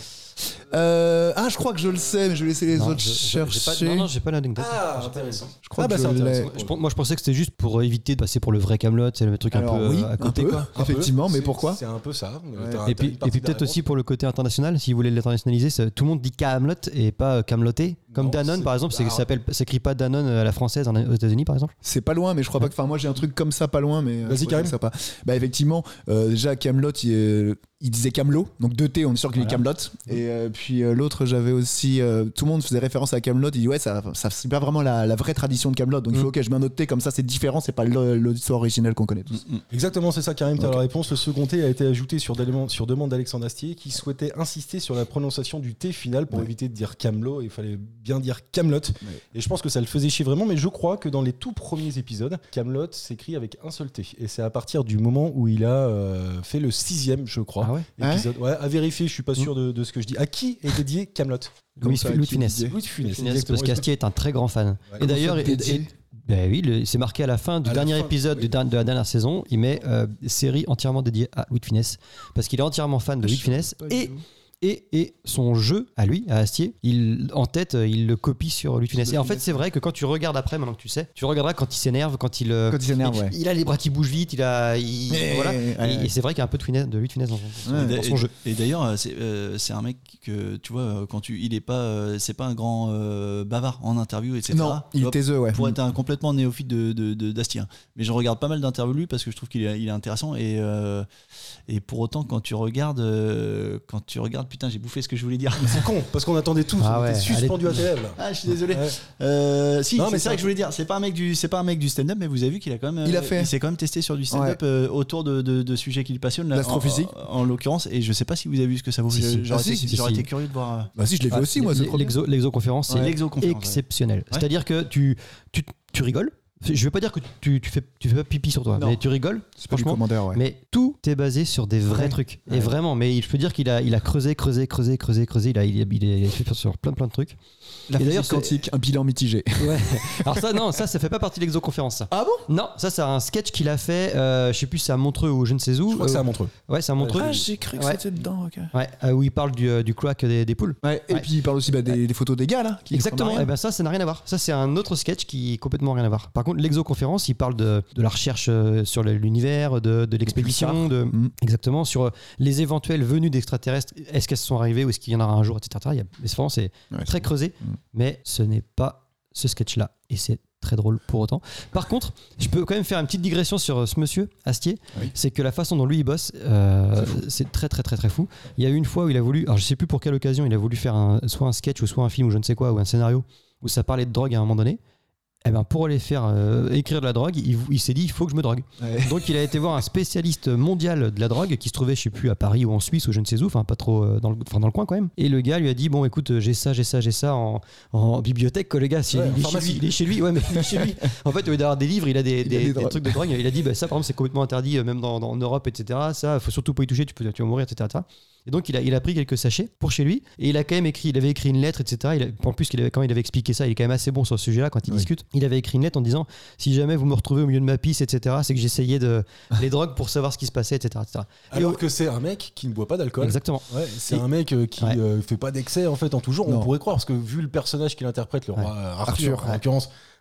F: Euh, ah, je crois que je le sais, mais je vais laisser les
G: Non,
F: autres
G: je- je-
F: chercher.
G: j'ai pas- Non, non, j'ai pas l'anecdote.
D: Ah, intéressant.
F: Je crois
D: Ah, bah,
F: que
D: c'est
F: je l'ai.
D: intéressant.
G: Je pense- moi, je pensais que c'était juste pour éviter de passer pour le vrai Camelot, c'est le truc un
F: Alors,
G: peu
F: oui,
G: euh, à côté,
F: un peu.
G: quoi.
D: Un peu.
F: Effectivement, mais
D: C'est-
F: pourquoi
D: C'est un peu ça.
F: Ouais.
D: T'as-
G: Et
D: t'as
G: puis,
D: une
G: et
D: partie
G: puis
D: de la
G: peut-être aussi
D: réponse.
G: pour le côté international, si vous voulez l'internationaliser, c'est- tout le monde dit Camelot et pas Cameloté. Comme
D: Non,
G: Danone,
D: c'est-
G: par exemple, c'est-
D: Ah.
G: ça s'appelle, ça s'écrit pas Danone à la française en- aux États-Unis, par exemple.
F: C'est pas loin, mais je crois pas que. Enfin, moi j'ai un truc comme ça, pas loin, mais. euh,
D: Vas-y,
F: ouais,
D: Karim.
F: ça pas. Bah, effectivement, euh, déjà, Camelot, il, euh, il disait Camelot, donc deux T, on est sûr qu'il est Camelot. Et euh, puis euh, l'autre, j'avais aussi. euh, tout le monde faisait référence à Camelot, il dit ouais, ça, ça c'est pas vraiment la, la vraie tradition de Camelot. Donc il faut, ok, je mets un autre T, comme ça c'est différent, c'est pas le- l'histoire originale qu'on connaît tous.
D: Exactement, c'est ça, Karim. T'as
F: Ok.
D: la réponse. Le second T a été ajouté sur, d'éléments- sur demande d'Alexandre Astier qui souhaitait insister sur la prononciation du T final pour
F: Ouais.
D: éviter de dire Camelot. Il fallait bien dire Camelot. Et je pense que ça le faisait chier vraiment, mais je crois que dans les tout premiers épisodes, Camelot s'écrit avec un seul T. Et c'est à partir du moment où il a euh, fait le sixième, je crois,
G: Ah ouais
D: épisode. Ouais, à vérifier, je suis pas sûr de, de ce que je dis. À qui est dédié Camelot?
G: Louis,
F: ça,
G: Louis de
F: qui
G: Funès.
F: disait
D: Louis de Funès,
G: Funès,
D: exactement.
G: parce qu'Astier est un très grand fan.
D: Ouais.
G: Et d'ailleurs,
F: Comment ça,
G: et-
F: dédié
G: et- ben oui, le- c'est marqué à la fin du
D: À la
G: dernier
D: fin,
G: épisode
D: oui.
G: du dernier- de la dernière saison, il met euh, série entièrement dédiée à Louis de Funès, parce qu'il est entièrement fan de Louis de Funès et Et, et son jeu à lui, à Astier, il, en tête, il le copie sur Louis de Funès. Et en fait, c'est vrai que quand tu regardes après, maintenant que tu sais, tu regarderas quand il s'énerve, quand il. euh,
F: Quand il s'énerve,
G: il,
F: ouais.
G: il a les bras qui bougent vite, il a. il-
F: Ouais,
G: voilà.
F: ouais,
G: Et-
F: ouais.
G: Et, c'est vrai qu'il y a un peu de, Funès, de Louis de Funès dans son,
F: Ouais.
G: dans son
E: et,
G: jeu.
E: et d'ailleurs, euh, c'est, euh, c'est un mec que tu vois, quand tu, il est pas, euh, c'est pas un grand euh, bavard en interview, et cetera.
F: Non, il
E: Tu vois,
F: est taiseux, ouais.
E: pour être un complètement néophyte de, de, de- d'Astier. Mais je regarde pas mal d'interviews de lui parce que je trouve qu'il est, il est intéressant. Et, euh, et pour autant, quand tu regardes, euh, quand tu regardes, putain, j'ai bouffé ce que je voulais dire.
D: C'est con, parce qu'on attendait tous,
G: Ah
D: on
G: ouais,
D: était suspendus à tes lèvres. là.
E: Ah, je suis désolé.
D: Ouais.
E: Euh, si,
D: Non,
E: c'est
D: mais
E: ça
D: ça-
E: que je voulais dire. C'est pas un mec du, c'est pas un mec du stand-up, mais vous avez vu qu'il a quand même,
F: Il a
E: euh,
F: fait.
E: il s'est quand même testé sur du stand-up euh, autour de, de, de sujets qui le passionnent. là,
F: L'astrophysique.
E: en, en, en l'occurrence. Et je sais pas si vous avez vu ce que ça vaut.
G: Si, si.
E: J'aurais,
F: Ah,
E: été,
F: si,
G: si,
E: j'aurais
G: si.
E: été curieux de voir. euh,
F: Bah si, je l'ai vu
G: Ah,
F: aussi, moi, c'est trop bien.
G: l'exo, l'exoconférence, c'est
E: Ouais. L'exoconférence, ouais.
G: exceptionnel.
E: Ouais.
G: C'est-à-dire que tu, tu, tu rigoles. Je vais pas dire que tu, tu fais tu fais pas pipi sur toi,
F: Non.
G: mais tu rigoles.
F: C'est pas du
G: franchement.
F: commandeur, ouais.
G: Mais tout est basé sur des vrais
F: Ouais.
G: trucs.
F: Ouais.
G: Et vraiment, mais je peux dire qu'il a, il a creusé, creusé, creusé, creusé, creusé. Il a, il a, il a- il a fait sur plein, plein de trucs.
F: La
G: Et d'ailleurs,
F: physique quantique, un bilan mitigé.
G: Ouais. Alors ça, non, ça, ça fait pas partie de l'exoconférence. Ça.
F: Ah bon?
G: Non, ça, c'est un sketch qu'il a fait. Euh, je sais plus, c'est à Montreux ou je ne sais où.
D: Je crois que
G: Euh,
D: c'est à Montreux.
G: Ouais, c'est à Montreux.
F: Ah, j'ai cru que
G: Ouais.
F: c'était dedans, ok.
G: Ouais, euh, où il parle du, euh, du cloaque des, des poules.
F: Ouais, et
G: Ouais.
F: puis il parle aussi bah, des, des photos des gars là. qui
G: Exactement.
F: comprennent
G: Et ben ça, ça n'a rien à voir. Ça, c'est un autre sketch qui est complètement rien à voir. Par contre, l'exoconférence, il parle de, de la recherche euh, sur le- l'univers, de, de l'expédition, de
F: Mm.
G: exactement sur euh, les éventuelles venues d'extraterrestres. Est-ce qu'elles sont arrivées ou est-ce qu'il y en aura un jour, et cetera. Il y a, mais c'est vraiment, c'est
F: Ouais,
G: très creusé,
F: Mm.
G: mais ce n'est pas ce sketch-là. Et c'est très drôle pour autant. Par contre, je peux quand même faire une petite digression sur euh, ce monsieur, Astier.
F: Oui.
G: C'est que la façon dont lui il bosse, euh, c'est très très très très fou. Il y a eu une fois où il a voulu, alors je sais plus pour quelle occasion, il a voulu faire un, soit un sketch ou soit un film ou je ne sais quoi, ou un scénario où ça parlait de drogue à un moment donné. Eh ben pour aller faire euh, écrire de la drogue, il, il s'est dit il faut que je me drogue.
F: Ouais.
G: Donc il a été voir un spécialiste mondial de la drogue qui se trouvait je sais plus à Paris ou en Suisse ou je ne sais où, enfin pas trop euh, dans le, enfin, dans le coin quand même. Et le gars lui a dit bon écoute euh, j'ai ça j'ai ça j'ai ça en, en bibliothèque quoi le gars c'est-
D: Ouais,
G: il, est
D: en
G: chez lui,
D: pharmacie.
G: il est chez lui ouais mais il est chez lui. En fait au lieu d'avoir des livres il a des,
F: Il a
G: des-
F: des
G: des
F: drogues.
G: trucs de drogue. Il a dit bah, ça par exemple c'est complètement interdit euh, même dans, dans- en Europe etc. Ça faut surtout pas y toucher tu peux tu vas mourir etc. etc. Et donc il a, il a pris quelques sachets pour chez lui et il a quand même écrit, il avait écrit une lettre, et cetera. Il a- en plus qu'il avait, quand il avait expliqué ça, il est quand même assez bon sur ce sujet-là quand il
F: Oui.
G: discute. Il avait écrit une lettre en disant si jamais vous me retrouvez au milieu de ma piste, et cetera. C'est que j'essayais de les drogues pour savoir ce qui se passait, et cetera, et cetera.
D: Alors
G: Et-
D: que c'est un mec qui ne boit pas d'alcool.
G: Exactement.
D: Ouais, c'est
G: Et-
D: un mec euh, qui
G: Ouais.
D: euh, fait pas d'excès en fait en tout genre.
F: Non.
D: On pourrait croire parce que vu le personnage qu'il interprète, le roi
G: Ouais.
D: euh, Arthur,
F: Arthur,
D: en
G: ouais.
D: l'occurrence,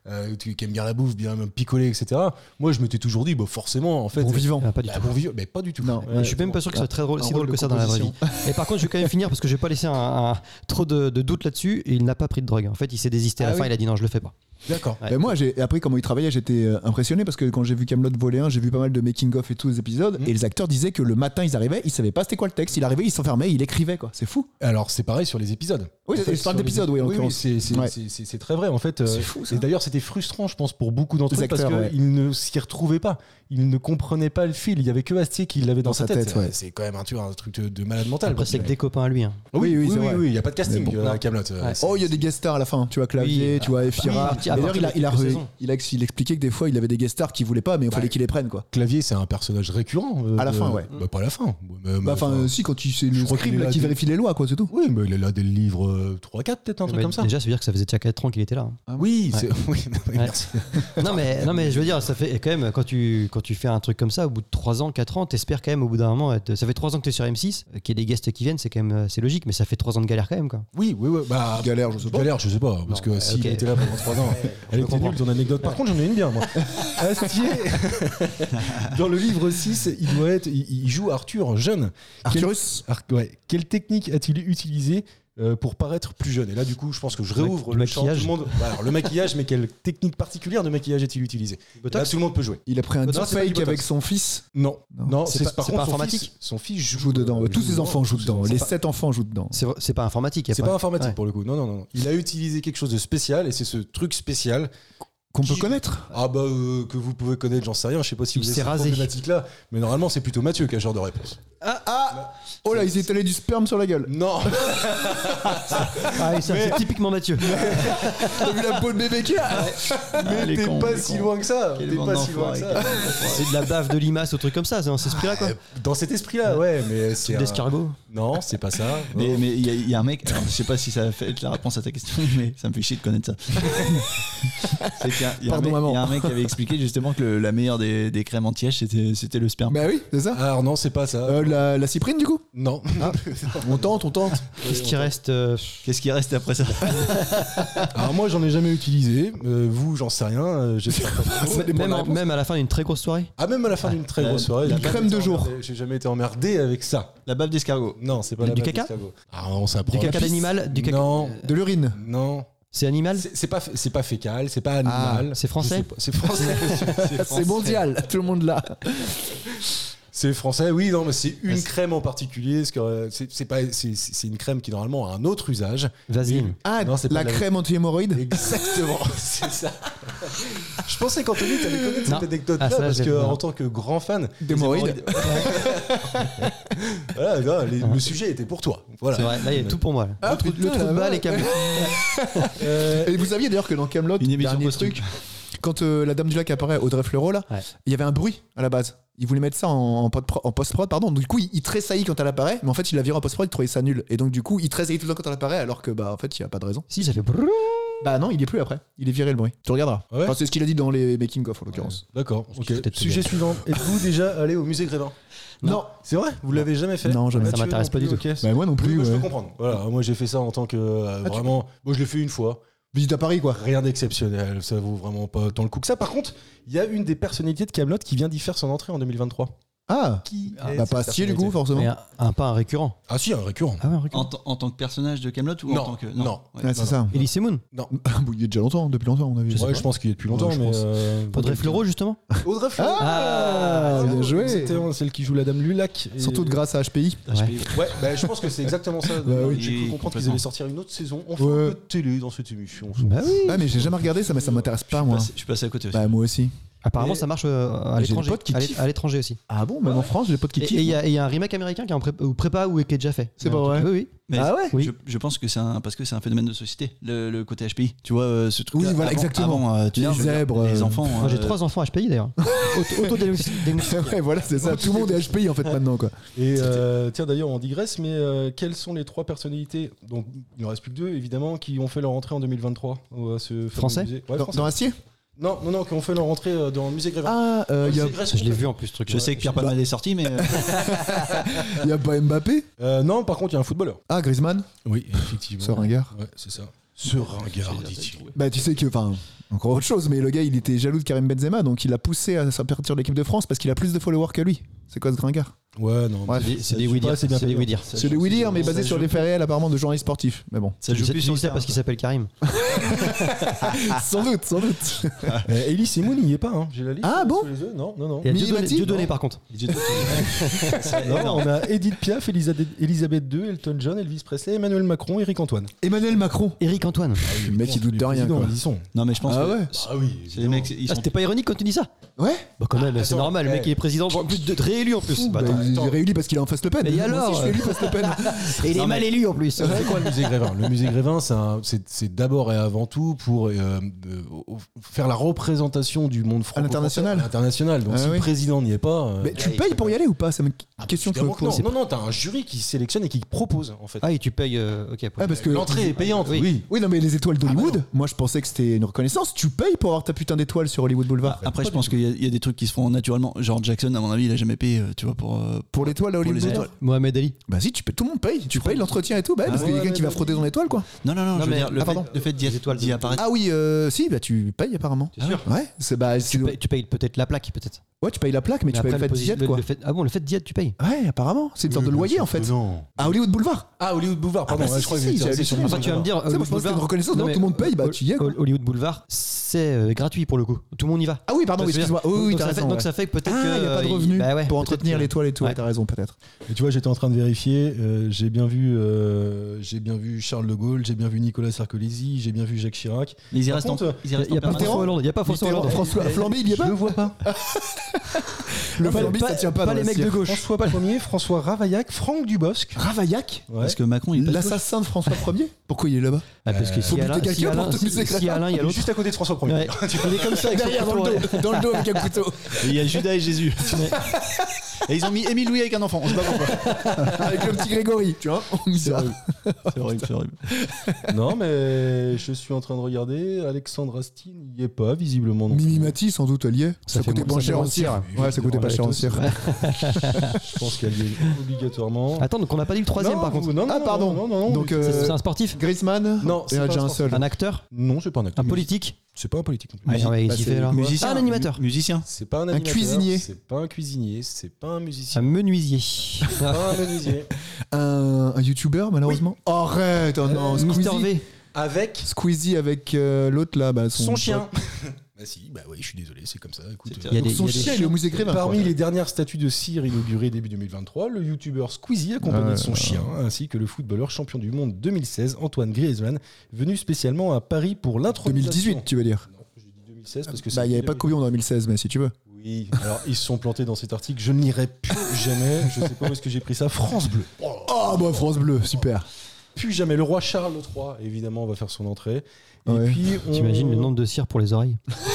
D: euh, qui aime bien la bouffe, bien picoler, et cetera. Moi, je m'étais toujours dit, bah, forcément, en fait.
F: Bon vivant.
G: Ah, pas du
D: bah,
G: tout.
D: bon vivant, mais pas du tout.
F: Non.
G: Ouais, je suis même pas sûr que ce soit très drôle,
F: Un
G: si
F: rôle
G: drôle
F: de
G: que ça dans la vraie vie.
F: composition.
G: Et par contre, je vais quand même finir parce que je vais pas laisser un, un- trop de, de doutes là-dessus. Et il n'a pas pris de drogue. En fait, il s'est désisté à la
F: Ah
G: fin.
F: oui.
G: Il a dit non, je le fais pas.
D: D'accord.
G: Ouais.
F: Ben moi, j'ai après comment il travaillait, j'étais euh, impressionné parce que quand j'ai vu Camelot voler un, j'ai vu pas mal de making of et tous les épisodes,
D: Mm.
F: et les acteurs disaient que le matin ils arrivaient, ils savaient pas c'était quoi le texte, il arrivait, il s'enfermait, il écrivait quoi. C'est fou.
D: Alors, c'est pareil sur les épisodes.
F: Oui,
D: En fait,
F: je parle
D: sur
F: d'épisodes,
D: les-
F: oui, en
D: oui,
F: l'occurrence.
D: c'est, c'est,
F: Ouais.
D: c'est- c'est- c'est très vrai, en fait.
F: C'est
D: euh,
F: fou, ça.
D: Et d'ailleurs, c'était frustrant, je pense, pour beaucoup d'entre
F: Les
D: eux parce
F: acteurs, ouais.
D: qu'ils ne s'y retrouvaient pas. Ils ne comprenaient pas le fil. Il y avait que Astier qui l'avait dans,
F: Dans
D: sa
F: sa
D: tête.
F: tête, ouais.
D: C'est quand même un, tu vois, un truc de, de malade mental.
G: Après, c'est que des copains à lui. hein.
D: Oui,
F: Oui, oui,
D: oui,
F: c'est
D: oui,
F: vrai.
D: oui, il n'y a pas de casting
F: Mais bon,
D: euh, à
G: non.
D: Camelot.
G: Ouais.
F: Oh, il y a des guest stars à la fin, tu vois Clavier,
G: Oui,
F: tu vois
G: ah,
F: Efira.
G: oui, à
F: D'ailleurs, il a, il, a,
G: quelques
F: re-
G: saisons.
F: il, a, il expliquait que des fois il avait des guest stars qu'il voulait pas, mais il fallait
D: Ouais.
F: qu'il les prenne quoi.
D: Clavier, c'est un personnage récurrent. euh,
F: À la
D: de-
F: fin, ouais.
D: Bah, pas à la fin. Ouais, mais- mais
F: Bah, enfin,
D: enfin,
F: euh, si, quand tu c'est
D: je
F: le
D: crois qu'il
F: scribe
D: est
F: là,
D: là
F: qui
D: des-
F: vérifie les lois quoi, c'est tout.
D: Oui, mais il est là des livres euh, trois quatre, peut-être un truc
G: Mais
D: comme ça.
G: Déjà, ça veut dire que ça faisait déjà quatre ans qu'il était là. hein.
D: Oui,
G: Ouais.
D: c'est... oui, oui,
G: Ouais.
D: merci.
G: non, mais, non, mais je veux dire, ça fait quand même, quand tu, quand tu fais un truc comme ça, au bout de trois ans, quatre ans, t'espères quand même au bout d'un moment. être- Ça fait trois ans que t'es sur M six, euh, qu'il y ait des guests qui viennent, c'est quand même euh, c'est logique, mais ça fait trois ans de galère quand même. Quoi.
D: Oui, oui, oui. Bah,
F: Galère, je sais pas.
D: galère, je sais pas, parce
G: Non,
D: que
G: ouais,
D: s'il
G: ok.
D: était là pendant trois ans, elle était nulle ton anecdote. Par contre, j'en ai une bien, moi. Astier, dans le livre six, il doit être, il, il joue Arthur jeune.
F: Arcturus.
D: Quelle, Ar- ouais. Quelle technique a-t-il utilisé euh, pour paraître plus jeune? Et là, du coup, je pense que je
G: Le ma-
D: réouvre
G: du
D: le champ. Tout
G: maquillage.
D: le monde. Bah, alors, le maquillage, mais quelle technique particulière de maquillage a-t-il utilisé? Là, tout le monde peut jouer.
F: Il a pris un
D: Non, c'est pas du
F: deepfake
D: Botox.
F: avec son fils.
D: Non,
F: Non.
D: non,
G: C'est
D: c'est,
G: pas-
D: par
G: c'est
D: contre
G: pas
D: son
G: informatique.
D: fils, son fils joue,
F: Joue dedans.
D: euh,
F: Tous ses enfants jouent dedans.
D: C'est
F: Les
D: pas-
F: sept enfants jouent dedans.
G: C'est c'est pas informatique. y a
D: C'est pas informatique
G: Ouais.
D: pour le coup. Non, non, non. Il a utilisé quelque chose de spécial et c'est ce truc spécial
F: Qu'on peut
D: Qui-
F: connaître.
D: ah bah euh, que vous pouvez connaître, j'en sais rien. Je sais pas si
G: Il
D: vous avez
G: s'est
D: cette
G: rasé.
D: problématique là, mais normalement c'est plutôt Mathieu qui a ce genre de réponse.
F: Ah Oh là, il s'est étalé du sperme sur la gueule.
D: Non.
G: Ah, et ça, c'est typiquement Mathieu.
F: T'as vu la peau de bébé qu'il y a
D: Mais
E: les
D: t'es
E: cons,
D: pas
E: les
D: si
E: cons.
D: loin que ça.
E: Quel
D: T'es
E: bande
D: pas si loin que
E: d'enfoirés,
D: ça.
G: C'est de la bave de limace ou truc comme ça, c'est dans cet esprit-là quoi.
D: Dans cet esprit-là, ouais, mais c'est un-
G: D'escargot.
D: Non, c'est pas ça.
E: Mais
D: Non.
E: mais il y, a- il y a un mec, alors, je sais pas si ça fait être la réponse à ta question, mais ça me fait chier de connaître ça. C'est qu'il y a, il y a un
F: Pardon,
E: mec-
F: maman.
E: il y a un mec qui avait expliqué justement que le- la meilleure des, des crèmes anti-âge c'était c'était le sperme.
F: Bah oui, c'est ça.
D: Alors non, c'est pas ça.
F: Euh, la, la cyprine du coup.
D: Non.
F: On tente, on tente.
G: Qu'est-ce qui reste euh,
E: Qu'est-ce qui reste après ça?
D: Alors moi j'en ai jamais utilisé. Euh, vous, j'en sais rien. Euh, j'espère pas trop.
G: même, même, en- même à la fin d'une très grosse soirée.
D: Ah, même à la fin d'une très
E: Euh,
D: grosse soirée.
F: la
D: j'ai jamais
F: crème de
D: été
F: jour.
D: emmerdé. J'ai jamais été emmerdé avec ça.
E: La bave d'escargot.
D: Non, c'est pas
G: Du
D: la bave
G: caca
D: d'escargot. Ah, on s'approche.
G: Du caca d'animal du caca...
D: Non,
F: De l'urine.
D: non.
G: C'est animal.
D: C'est c'est pas, c'est pas fécal, c'est pas animal.
G: c'est français
D: Je sais pas, C'est français. C'est
F: C'est
D: français.
F: mondial, tout le monde là.
D: C'est français, oui, non, mais c'est une
G: Ah, c'est-
D: crème en particulier. parce que, euh, C'est c'est pas, c'est- c'est c'est une crème qui normalement a un autre usage.
G: Vaseline.
F: Ah,
D: Non, c'est pas
F: la
D: la-
F: crème anti-hémorroïde.
D: Exactement, c'est ça. Je pensais qu'Anthony, t'allais connaître
G: Non.
D: cette anecdote-là
G: Ah, ça,
D: parce
G: je l'ai
D: que
G: pas.
D: en tant que grand fan
F: D'hémorroïdes.
D: voilà, non, les- le sujet était pour toi. Voilà.
G: C'est vrai, là il y a tout pour moi. là.
F: Ah,
G: le trou,
F: putain,
G: le trou de
F: la
G: balle
F: vache.
G: et câble.
D: Euh,
F: Et vous saviez d'ailleurs que dans Camelot,
E: Une émission
F: dernier
E: pour
F: truc, quand euh, la Dame du Lac apparaît, Audrey Fleurot là,
G: Ouais.
F: il y avait un bruit à la base. Ils voulaient mettre ça en, en post- en post-prod, pardon. Donc, du coup, il, il tressaillit quand elle apparaît, mais en fait, il la viré en post-prod, il trouvait ça nul. Et donc, du coup, il tressaillit tout le temps quand elle apparaît, alors que, bah, en fait, il n'y a pas de raison.
G: Si, ça fait brrrr.
F: Bah, non, il est plus après. Il est viré le bruit. Tu regarderas.
D: Ouais.
F: Enfin, c'est ce qu'il a dit dans les making-of, en l'occurrence.
D: D'accord,
G: qu'il
D: ok.
G: faut peut-être
D: Sujet
G: te
D: suivant. Êtes-vous déjà allé au musée Grévin?
F: Non.
D: C'est vrai? Vous l'avez jamais fait?
F: Non, jamais.
G: Ça
D: Mathieu,
G: m'intéresse
D: non
G: pas du
D: plus,
G: tout.
D: ok.
F: Bah, moi non
D: Oui,
F: plus.
D: moi, je
F: ouais.
D: peux comprendre. Voilà, moi j'ai fait ça en tant que euh,
F: Ah, tu-
D: vraiment. Moi je l'ai fait une fois.
F: Visite à Paris, quoi.
D: Rien d'exceptionnel. Ça vaut vraiment pas tant le coup que ça. Par contre, il y a une des personnalités de Camelot qui vient d'y faire son entrée en deux mille vingt-trois.
F: Ah,
D: Qui
G: Ah,
D: est
F: bah,
D: cette
F: pas Astier, du coup,
D: personnalité
F: forcément.
G: Mais un, un- pas un récurrent.
D: Ah si, un récurrent.
G: Ah ouais, un
E: En,
G: récurrent.
E: t- en tant que personnage de Camelot ou
D: Non,
E: en tant que
D: non.
E: Ouais.
F: Ouais, c'est
D: non,
F: ça.
G: Elise Moon.
D: Non.
F: Bon, il y a déjà longtemps, depuis longtemps, on a vu.
D: Ouais, je pense qu'il y est depuis longtemps,
F: Ouais, je
D: mais.
F: pense.
D: euh,
G: Audrey Fleurot, justement.
D: Audrey Fleurot.
F: Ah, bien joué.
D: Exactement, celle qui joue la Dame Lulac. Et-
F: Surtout de grâce à H P I.
G: Ouais.
D: Ouais, bah, je pense que c'est exactement ça.
F: Bah oui.
D: J'ai cru
E: Oui,
D: comprendre qu'ils
E: complètement.
D: allaient sortir une autre saison. On fait
F: Ouais.
D: un peu de télé dans cette émission.
G: Bah oui.
F: Ah, mais j'ai jamais regardé ça, mais ça m'intéresse pas,
E: Je
F: moi.
E: suis passé- je suis passé à côté aussi.
F: Bah, moi aussi.
G: Apparemment,
D: Et-
G: ça marche euh, à
F: J'ai des
G: l'étranger.
F: potes qui
G: À l'é-
F: kiffent.
G: À l'étranger aussi.
F: Ah bon, même en France, j'ai des potes qui
G: Et
F: kiffent.
G: il y, a- et il y a un remake américain qui est en pré- ou prépa ou qui est déjà fait.
F: C'est pas vrai.
G: Oui, oui.
E: Mais
F: Ah ouais
G: Oui.
E: je, je pense que c'est un parce que c'est un phénomène de société, le, le côté H P I. Tu vois euh, ce truc.
F: Oui, voilà, exactement.
E: Avant, euh, tu
F: Les
E: sais, je veux dire,
F: zèbres,
E: les
F: euh,
E: enfants.
G: Moi, j'ai
E: euh,
G: trois enfants H P I d'ailleurs. Auto- Autodiagnostiqués.
F: Ouais, voilà, c'est ça. Tout le monde est H P I en fait maintenant, quoi.
D: Et euh, tiens, d'ailleurs, on digresse, mais euh, quelles sont les trois personnalités, donc il ne reste plus que deux évidemment, qui ont fait leur entrée en deux mille vingt-trois au- à ce fameux
G: Français
D: musée. Ouais,
F: Dans,
D: français.
F: dans Astier
D: Non, non, non, qui ont fait leur entrée euh, dans le musée Grévin.
F: Ah, euh, il y, a-
D: C'est Grèce,
G: Je l'ai vu en plus ce truc.
E: Je sais que Pierre Palmade est sorti, mais euh,
F: y a pas Mbappé
D: Euh, non, par contre, il y a un footballeur.
F: Ah, Griezmann
D: Oui, effectivement.
F: Ce ringard.
D: Ouais, c'est ça. Ce ringard, dit-il.
F: Bah tu sais que, enfin, encore autre chose, mais le gars il était jaloux de Karim Benzema, donc il l'a poussé à sortir de l'équipe de France parce qu'il a plus de followers que lui. C'est quoi ce gringard?
D: Ouais, non.
F: Bref.
G: C'est des oui dire.
D: c'est bien
G: C'est des
D: fait.
G: oui dire.
F: C'est des oui dire, mais basé sur des faits réels apparemment de journalistes sportifs. Mais bon,
E: Ça joue
G: Je
E: plus
G: dis
E: sur le
G: ça
E: terrain.
G: parce qu'il s'appelle Karim.
F: sans doute, sans doute.
D: Euh, Elie Semoun, il n'y est pas. Hein. J'ai la liste.
F: Ah bon
D: sous les yeux. Non, non, non.
G: Il y a
F: Mimi
G: Dieudonné
F: Mati
G: Dieudonné,
F: Non.
G: par contre.
D: Non, on a Edith Piaf, Elisabeth, Elisabeth deux, Elton John, Elvis Presley, Emmanuel Macron, Eric Antoine.
F: Emmanuel Macron.
G: Éric Antoine.
F: Le mec il doute de rien quoi.
D: Ils y sont.
E: Non, mais je pense
F: Ah
E: que
F: ouais.
D: Ah oui.
E: c'est les mecs, ils
G: Ah,
E: sont.
G: c'était pas ironique quand tu dis ça?
F: Ouais.
G: Bah quand même, c'est
D: attends,
G: normal, le mec
D: eh.
G: il est président, en plus de réélu en plus. Bah,
F: Bah,
G: attends.
F: il est réélu parce qu'il est en face Le Pen.
G: Mais
F: Moi
G: alors
F: aussi, je suis élu face Le Pen.
G: Et il est mal élu en plus.
D: C'est quoi le musée Grévin? Le musée Grévin, c'est un- c'est c'est d'abord et avant tout pour euh, euh, faire la représentation du monde francophone
F: l'international.
D: à l'international. Donc
F: Ah
D: si
F: oui.
D: le président n'y est pas. euh,
F: Mais tu payes pour y aller ou pas? C'est une question que je me
D: évidemment que
F: pose.
D: non, non, non, t'as un jury qui sélectionne et qui propose en fait.
G: Ah oui, tu payes. euh, ok.
F: Ah, parce que
D: L'entrée est payante,
G: Oui.
D: oui.
F: Oui, non, mais les étoiles d'Hollywood,
D: Ah, bah
F: moi je pensais que c'était une reconnaissance. Tu payes pour avoir ta putain d'étoile sur Hollywood Boulevard.
E: Après, je pense qu'il y, a- il y a des trucs qui se font naturellement. Genre Jackson, à mon avis, il a jamais payé, euh, tu vois, pour. euh,
F: Pour l'étoile à
E: pour
F: Hollywood
E: les
F: Boulevard.
E: étoiles.
G: Mohamed Ali.
F: Bah si, tu payes, tout le monde paye. Tu payes l'entretien et tout. Bah parce qu'il y a
D: ouais,
F: quelqu'un qui va
D: mais
F: frotter ton étoile quoi.
E: Non, non, non,
G: Non,
E: je veux
G: mais-
E: dire, le,
F: ah, pardon.
E: fait, le fait d'y
G: Les étoiles
E: d'y
G: de-
E: apparaître.
F: Ah oui, euh, si, bah tu payes apparemment.
D: C'est sûr.
F: Ouais, c'est bah
G: Tu
F: c'est-
G: payes, tu payes peut-être la plaque, peut-être.
F: ouais, tu payes la plaque, mais, tu
G: après,
F: payes le fait d'y être
G: le-
F: quoi.
G: le fait- Ah bon, le fait d'y être, tu payes.
F: Ouais, apparemment, c'est une sorte de loyer en fait.
D: Non.
F: À Hollywood Boulevard.
D: Ah, Hollywood Boulevard, pardon.
F: Ah bah
D: ouais,
F: si,
D: je crois
F: si,
D: que
F: si,
D: vous
F: j'ai
D: étiez sur le
F: halluciné.
G: Enfin, tu vas me dire.
F: Ça, moi, je pense que c'est une reconnaissance.
G: Non,
F: Non,
G: mais
F: tout le monde paye, bah, tu y es, quoi.
G: Hollywood Boulevard, c'est euh, gratuit pour le coup. Tout le monde y va.
F: Ah oui, pardon,
G: Ça veut dire-
F: excuse-moi. Oui, oui,
G: donc,
F: t'as
G: ça fait,
F: raison.
G: donc
F: ouais.
G: ça fait que peut-être
F: Ah,
G: que.
F: il n'y a pas de
G: euh,
F: revenus
G: bah ouais,
F: pour
G: peut-être
F: entretenir
G: que-
F: l'étoile et tout.
G: Ouais.
F: Ouais, t'as raison, peut-être.
D: Et tu vois, j'étais en train de vérifier. euh, j'ai bien vu, euh, j'ai bien vu Charles de Gaulle, j'ai bien vu Nicolas Sarkozy, j'ai bien vu Jacques Chirac.
E: Mais ils y
D: Par
E: restent en,
D: contre,
E: ils y restent
G: Il n'y a
E: en
G: pas
E: permanence.
G: François Hollande. Il n'y a pas François
F: Mitterrand,
G: Hollande.
F: François Flamby, il y est
D: Je
F: pas.
D: le vois pas.
F: Le
G: Pas-
F: Flamby,
G: pas-
F: ça tient pas.
G: pas
F: dans
G: les
F: la
G: mecs de
F: cire.
G: gauche.
D: François Ier, François Ravaillac, Franck Dubosc.
F: Ravaillac,
D: Ouais.
E: Parce que Macron, il passe.
F: l'assassin de François Ier. Pourquoi il est là-bas?
G: Ah, parce que
F: Faut
G: si
F: buter
G: Alain, si
F: quelqu'un pour
G: Alain,
F: te
G: si,
F: muser
G: si Alain, il y a
D: Il est
G: l'autre.
D: juste à côté de François Ier.
G: Ouais. Il est comme ça avec son
F: Derrière, dans le
G: couteau,
F: dos, dans le dos avec un couteau.
E: Et il y a Judas et Jésus. Et ils ont mis Émile Louis avec un enfant. On sait pas pourquoi.
F: Avec le petit Grégory, tu vois. On met ça.
E: C'est horrible, c'est horrible.
D: Non, mais je suis en train de regarder. Alexandre Astier n'y est pas, visiblement. Non.
F: Mimi Mati, sans doute, elle y est. Ça,
G: Ça fait
F: coûtait
G: moins-
F: pas
G: ça
F: cher
G: fait
F: en
G: moins
F: cire.
G: cher.
F: Ouais, ça coûtait pas cher en cire.
D: Je pense qu'elle y est obligatoirement.
G: Attends, donc on n'a pas dit le troisième
D: Non,
G: par contre.
D: non, non,
F: Ah,
D: non,
F: pardon.
D: Non, non, non.
F: Donc,
G: C'est
F: euh,
G: c'est un sportif,
F: Griezmann.
D: Non,
F: il
D: c'est
F: y en a
D: pas
F: déjà
D: un
F: un seul.
G: un acteur,
D: Non, c'est pas un acteur.
G: un politique.
D: C'est pas un politique. non plus.
G: Ouais, ouais,
F: bah,
G: il s'y
F: c'est
G: fait là.
E: Musicien.
G: Ah, un animateur.
E: mu- Musicien.
D: C'est pas un
F: Un
D: animateur.
F: cuisinier.
D: C'est pas un cuisinier. C'est pas un musicien.
G: Un menuisier.
D: C'est pas un menuisier.
F: Un, un youtubeur, malheureusement. Arrête, oh non,
G: Mister
F: Squeezie.
G: V.
D: Avec
F: Squeezie avec euh, l'autre là, bah, son,
D: son chien. Bah si, bah oui, je suis désolé, c'est comme ça. Écoute,
E: C'est
D: euh,
G: Il y a des-
F: Son
G: il y a des
F: chien, il est au musée Grévin.
D: Parmi
F: quoi.
D: les dernières statues de cire inaugurées début deux mille vingt-trois, le youtubeur Squeezie accompagné
F: Ah,
D: de son
F: là,
D: chien, ainsi que le footballeur champion du monde deux mille seize, Antoine Griezmann, venu spécialement à Paris pour l'intronisation.
F: deux mille dix-huit, tu veux dire.
D: Non, j'ai dit deux mille seize parce que
F: Bah, il n'y avait pas de Couillon en deux mille seize, mais si tu veux.
D: Oui, alors ils se sont plantés dans cet article, je ne lirai plus jamais, je sais pas où est-ce que j'ai pris ça, France Bleu.
F: Oh, bah, France Bleu, super.
D: Plus jamais, le roi Charles trois, évidemment, va faire son entrée. Et
F: Ouais.
D: puis, on...
G: T'imagines le nombre de cire pour les oreilles?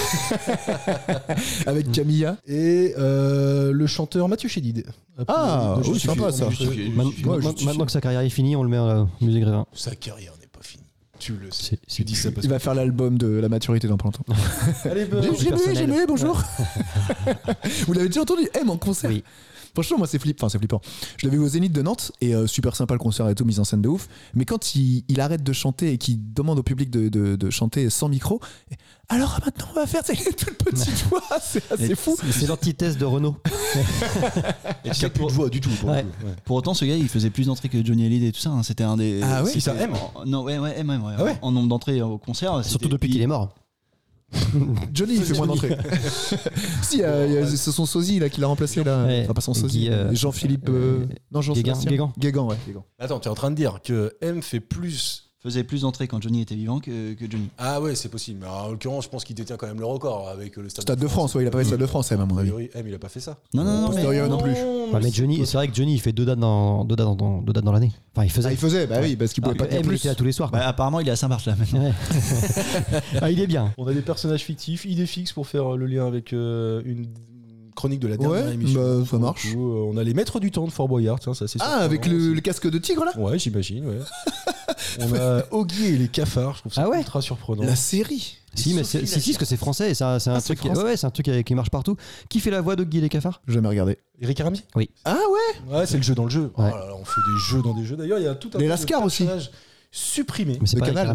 F: Avec Camilla.
D: Et euh, le chanteur Mathieu Chédid.
F: Ah,
D: De
F: oui,
D: Justifié.
F: sympa, ça.
E: Justifié.
G: Man-
F: Ouais,
G: man-
F: justifié.
G: Maintenant que sa carrière est finie, on le met au musée Grévin.
D: Sa carrière n'est pas finie. Tu le sais.
G: C'est-
D: Tu
G: c'est
D: dis ça parce
F: Il va faire l'album de la maturité dans pas longtemps.
D: que. Allez, bah,
F: J'ai j'ai mué,
G: personnel.
F: j'ai mué, bonjour. Vous l'avez déjà entendu? M en concert.
G: Oui.
F: Franchement, moi, c'est flippant. Enfin, c'est flippant. Je l'avais vu au Zénith de Nantes et euh, super sympa le concert et tout, mise en scène de ouf. Mais quand il, il arrête de chanter et qu'il demande au public de, de, de chanter sans micro, et, alors maintenant on va faire c'est les toutes petites voix. C'est assez
E: Et
F: fou.
G: C'est- C'est l'antithèse de Renault.
E: Et tu
D: Il
E: sais,
D: n'y a plus
E: pour,
D: de voix du tout. Pour, le
G: Ouais.
D: coup. Ouais.
E: pour autant, ce gars, il faisait plus d'entrées que Johnny Hallyday et tout ça. hein. C'était un des.
F: Ah ouais
E: c'était-
D: Ça aime.
E: en- Non, ouais, ouais, M, ouais, ouais.
D: Ah ouais
E: En nombre d'entrées au concert.
G: Surtout
E: c'était-
G: depuis qu'il est mort.
F: Johnny, il fait moins d'entrées. si, euh, il y a- c'est son sosie là qui l'a remplacé là.
G: Ouais.
F: Enfin, pas son
G: Qui,
F: sosie.
G: euh,
F: Jean-Philippe. euh, Non,
G: Guégan,
F: Jean-Sébastien.
G: Guégan.
F: Guégan, ouais. Guégan.
D: Attends, tu es en train de dire que M fait plus.
E: faisait plus d'entrées quand Johnny était vivant que, que Johnny.
D: Ah ouais, c'est possible. Mais en l'occurrence, je pense qu'il détient quand même le record avec le Stade,
F: Stade de France, ouais, il a pas fait Stade de France, M, à mon avis.
D: Oui, M, il a pas fait ça.
E: Non, non, non, mais.
F: Posteriori non plus.
G: Ouais, mais Johnny, c'est vrai que Johnny, il fait deux dates dans, deux dates dans, deux dates dans l'année. Enfin, il faisait.
F: Ah, il faisait, bah oui, parce qu'il pouvait
G: Ah,
F: pas tenir
G: M, il
F: plus.
G: était là tous les soirs. quoi.
E: Bah, apparemment, il est à Saint-Barth là maintenant.
G: Ouais. Ah, il est bien.
D: On a des personnages fictifs, idées fixes pour faire le lien avec euh, une chronique de la dernière
F: Ouais,
D: émission.
F: bah, ça
D: Pour le
F: marche.
D: coup, euh, on a les maîtres du temps de Fort Boyard, tiens, ça c'est
F: Ah, avec le, le casque de tigre là.
D: Ouais, j'imagine, ouais. On a Oggy et les cafards, je trouve ça
G: Ah ouais
D: ultra surprenant.
F: La série.
G: Si, mais c'est si, si, parce que c'est français et ça, c'est un
F: Ah, c'est
G: truc. qui-
F: français.
G: Ouais, ouais, c'est un truc qui, qui marche partout. Qui fait la voix de Guy les cafards?
F: J'ai jamais regardé.
D: Eric Ramsey
F: Ah ouais.
D: Ouais, c'est le jeu dans le jeu.
G: Ouais.
D: Oh là là, on fait des jeux dans des jeux. D'ailleurs, il y a tout un
F: Les
D: tas de
F: Lascars aussi.
D: personnages supprimés.
G: Mais c'est
F: De
G: pas Eric
F: Canal.
G: Ramsey.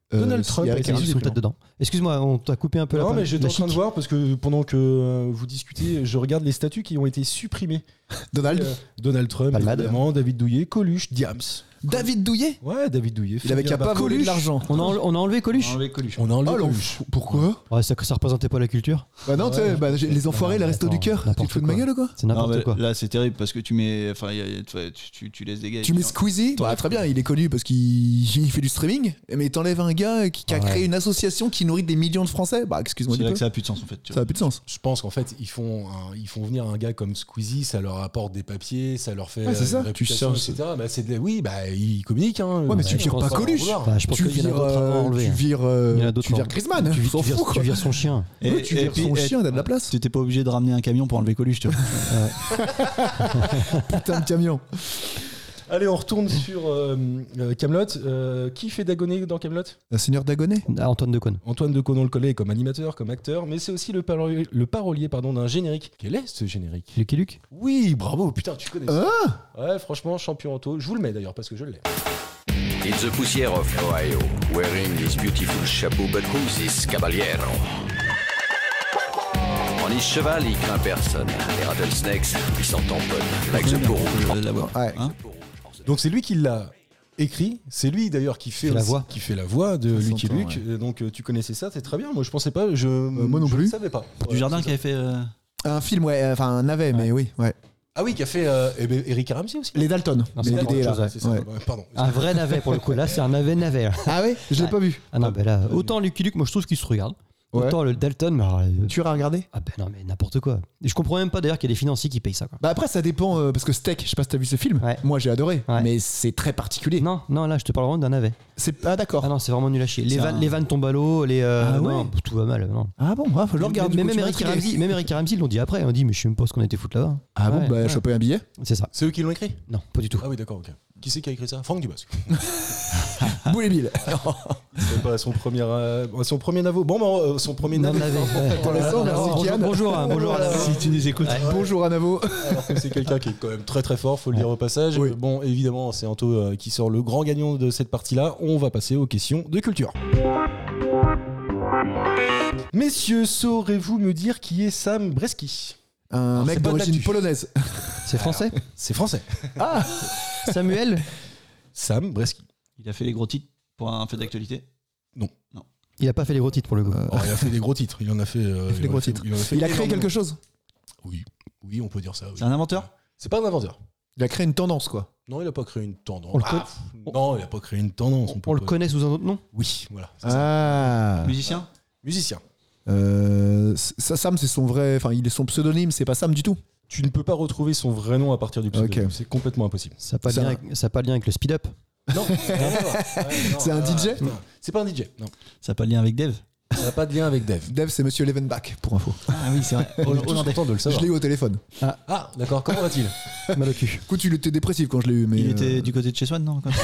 F: Euh,
D: Donald
F: si,
D: Trump
F: avec
D: a
F: un
D: été
G: Ils sont peut-être dedans. Excuse-moi, on t'a coupé un peu la
D: Non,
G: parole.
D: mais j'étais
G: La
D: en train de
G: chic.
D: voir parce que pendant que euh, vous discutez, je regarde les statuts qui ont été supprimés.
F: Donald.
D: Euh, Donald Trump,
G: Palmade.
D: évidemment, David Douillet, Coluche, Diams.
F: David Douillet.
D: Ouais, David Douillet.
F: Il avait
D: Fabien
F: qu'à pas
D: Barthez.
F: voler de l'argent.
G: On a, enle- on a enlevé Coluche.
E: Enlever Coluche.
D: On a enlevé
F: Oh, l'enf-
D: Coluche.
F: Pourquoi
G: Ouais, ça, ça représentait pas la culture.
F: Bah non, tu sais, bah, j'ai- les enfoirés,
G: Non,
F: les
G: mais
F: restos
G: attends,
F: du cœur. Tu te
G: n'importe
F: fous de ma
G: quoi.
F: gueule ou quoi
G: C'est
E: Non,
G: n'importe
E: mais
G: quoi.
E: là, c'est terrible parce que tu mets. Enfin, il y a- tu, tu, tu laisses des gars.
F: Tu mets Squeezie, bah, très bien, il est connu parce qu'il il fait du streaming, mais t'enlèves un gars qui, qui a
G: Ouais.
F: créé une association qui nourrit des millions de Français, bah excuse-moi
E: C'est
F: du
E: là
F: peu.
E: que ça a plus de sens en fait. tu
F: Ça
E: vois.
F: a plus de sens.
D: Je pense qu'en fait, ils font, un- ils font venir un gars comme Squeezie, ça leur apporte des papiers, ça leur fait
F: Ouais, c'est
D: euh,
F: ça.
D: une
F: Tu
D: réputation,
F: cherches-
D: et cetera. Bah, c'est de- oui, bah, ils communiquent. Hein.
F: Ouais, mais tu
D: Bah,
F: vires
D: je
F: pas
D: pense
F: Coluche.
D: en vouloir.
G: Bah, je pense
F: Tu
G: qu'il y en a
F: vires,
G: d'autres à
F: euh,
G: enlever.
F: tu
G: hein.
F: vires, euh,
G: Il y en a d'autres
F: tu vires
G: à-
F: Griezmann,
G: Tu,
F: on s'en
G: tu vires-
F: fout
G: tu
F: quoi.
G: vires son chien.
E: Et,
F: Ouais, tu
E: et
F: vires
E: puis,
F: son
E: et-
F: chien, il a de la place.
E: Tu t'es pas obligé de ramener un camion pour enlever Coluche, tu vois.
F: Putain de camion.
D: Allez, on retourne sur Camelot. Qui fait Dagonet dans Camelot?
F: Le Seigneur Dagonet.
G: Ah, Antoine Decaune.
D: Antoine de Caunes le collet comme animateur, comme acteur, mais c'est aussi le parolier, le parolier pardon, d'un générique. Quel est ce générique?
G: Lucky Luke.
D: Oui, bravo, putain, tu connais ça.
F: Ah
D: Ouais, franchement, champion auto. Je vous le mets d'ailleurs parce que je l'ai.
I: In the poussière of Ohio, wearing his beautiful chapeau, but who's this caballero? En his cheval, il craint personne. Les rattlesnakes, ils s'en tamponnent. Like the peau rouge.
E: Euh, la voix.
F: Ouais.
E: Hein
D: Donc c'est lui qui l'a écrit, c'est lui d'ailleurs qui fait,
G: Fait la
D: aussi-
G: voix.
D: qui fait la voix de
F: Ça
D: Lucky
F: s'entend,
D: Luke. Euh, Donc euh, tu connaissais ça, c'est très bien. Moi je pensais pas, je,
F: moi non
D: je
F: plus.
D: ne savais pas.
E: Du
D: Ouais,
E: jardin
D: c'est
E: qui
D: ça.
E: avait fait. euh,
F: Un film, ouais, euh, enfin un navet, mais oui, ouais.
D: Ah oui, qui a fait euh, eh ben, Eric Ramsey aussi.
F: Les Dalton.
G: Non,
F: les
G: c'est
F: D D,
G: autre
F: là.
G: chose, ouais.
D: C'est ça,
F: Ouais.
D: ouais, pardon.
G: Un vrai navet pour le coup. Là, c'est un navet navet.
F: Ah ouais, je l'ai pas vu.
G: Ah non, ben là, autant Lucky Luke, moi je trouve qu'il se regarde.
F: Ouais.
G: Autant le Dalton, mais alors, euh,
F: Tu as regardé?
G: ah ben non, mais n'importe quoi. Et je comprends même pas d'ailleurs qu'il y a des financiers qui payent ça, quoi.
F: Bah après ça dépend euh, parce que Steak, je sais pas si t'as vu ce film.
G: Ouais.
F: Moi j'ai adoré,
G: Ouais.
F: mais c'est très particulier.
G: Non, non, là, je te parle vraiment d'un navet.
F: C'est ah d'accord.
G: Ah non, c'est vraiment nul à chier. Les,
E: C'est
G: vannes,
E: un-
G: les vannes tombent à l'eau, les. euh,
F: Ah
G: non,
F: ouais.
G: tout va mal. Non.
F: Ah bon, ouais, faut que je le regarde.
G: mais
F: du coup,
G: même
F: tu m'as
G: Eric, et
F: intrigué.
G: Ramsey, même Eric et Ramsey, ils l'ont dit après. On dit, mais je sais même pas ce qu'on était foutre là-bas.
F: Ah bon,
G: Ouais,
F: bah
G: ouais.
F: choper un billet.
G: C'est ça.
D: C'est eux qui l'ont écrit?
G: Non, pas du tout.
D: Ah oui, d'accord, ok. Qui c'est qui a écrit ça? Franck Dubosc.
F: Boulet Bill.
D: C'est pas son premier, euh, son premier navo. Bon, bah, euh, son premier
G: Non,
D: navo.
G: navet, ouais.
F: Intéressant, merci,
G: Bonjour,
F: Kian.
G: bonjour, hein, bonjour à la
F: Si tu nous écoutes. Bonjour à Navo.
D: Alors que c'est quelqu'un qui est quand même très très fort, faut le dire au passage.
F: Oui.
D: Bon, évidemment, c'est Anto euh, qui sort le grand gagnant de cette partie-là. On va passer aux questions de culture. Messieurs, saurez-vous me dire qui est Sam Bresky?
F: Un
D: c'est
F: mec
D: pas de
F: d'origine
D: l'actu.
F: polonaise.
G: C'est français.
D: C'est français.
G: Samuel.
D: Sam Bresky.
E: Il a fait les gros titres pour un fait d'actualité.
G: Il a pas fait les gros titres pour le coup.
D: Oh, il a fait des gros titres. Il en a fait. euh,
F: Il a fait des
D: en
F: gros
D: a fait-
F: titres.
D: Il, en a fait
F: Il a créé
D: énormément.
F: quelque chose.
D: Oui, oui, on peut dire ça. oui.
E: C'est un inventeur.
D: C'est pas un inventeur.
F: Il a créé une tendance quoi.
D: Non, il a pas créé une tendance.
G: On le
D: Ah,
G: connaît-
D: pff, non, il a pas créé une tendance.
G: On,
D: peut
G: on le
D: pas-
G: connaît sous un autre nom.
D: Oui, voilà. c'est ça.
F: Ah.
E: Musicien.
D: Musicien.
F: Euh, ça, Sam, c'est son vrai. Enfin, il est son pseudonyme, c'est pas Sam du tout.
D: Tu ne peux pas retrouver son vrai nom à partir du pseudonyme.
F: Ok.
D: C'est complètement impossible.
G: Ça n'a pas, de
F: Ça-
G: lien avec- ça a pas de lien avec le speed up.
D: Non, rien à voir. Ouais, non,
F: C'est un
D: ah,
F: D J?
D: putain. C'est pas un D J. Non.
E: Ça n'a pas de lien avec Dev.
D: Ça n'a pas de lien avec Dev.
F: Dev, c'est Monsieur Levenbach, pour info.
E: Ah oui, c'est vrai.
D: On est tous contents de le
F: Je
D: savoir.
F: l'ai eu au téléphone.
D: Ah, d'accord. Comment va-t-il?
G: Mal au cul.
F: Écoute, il était dépressif quand je l'ai eu, mais.
E: Il
F: euh,
E: était du côté de chez Swan, non quand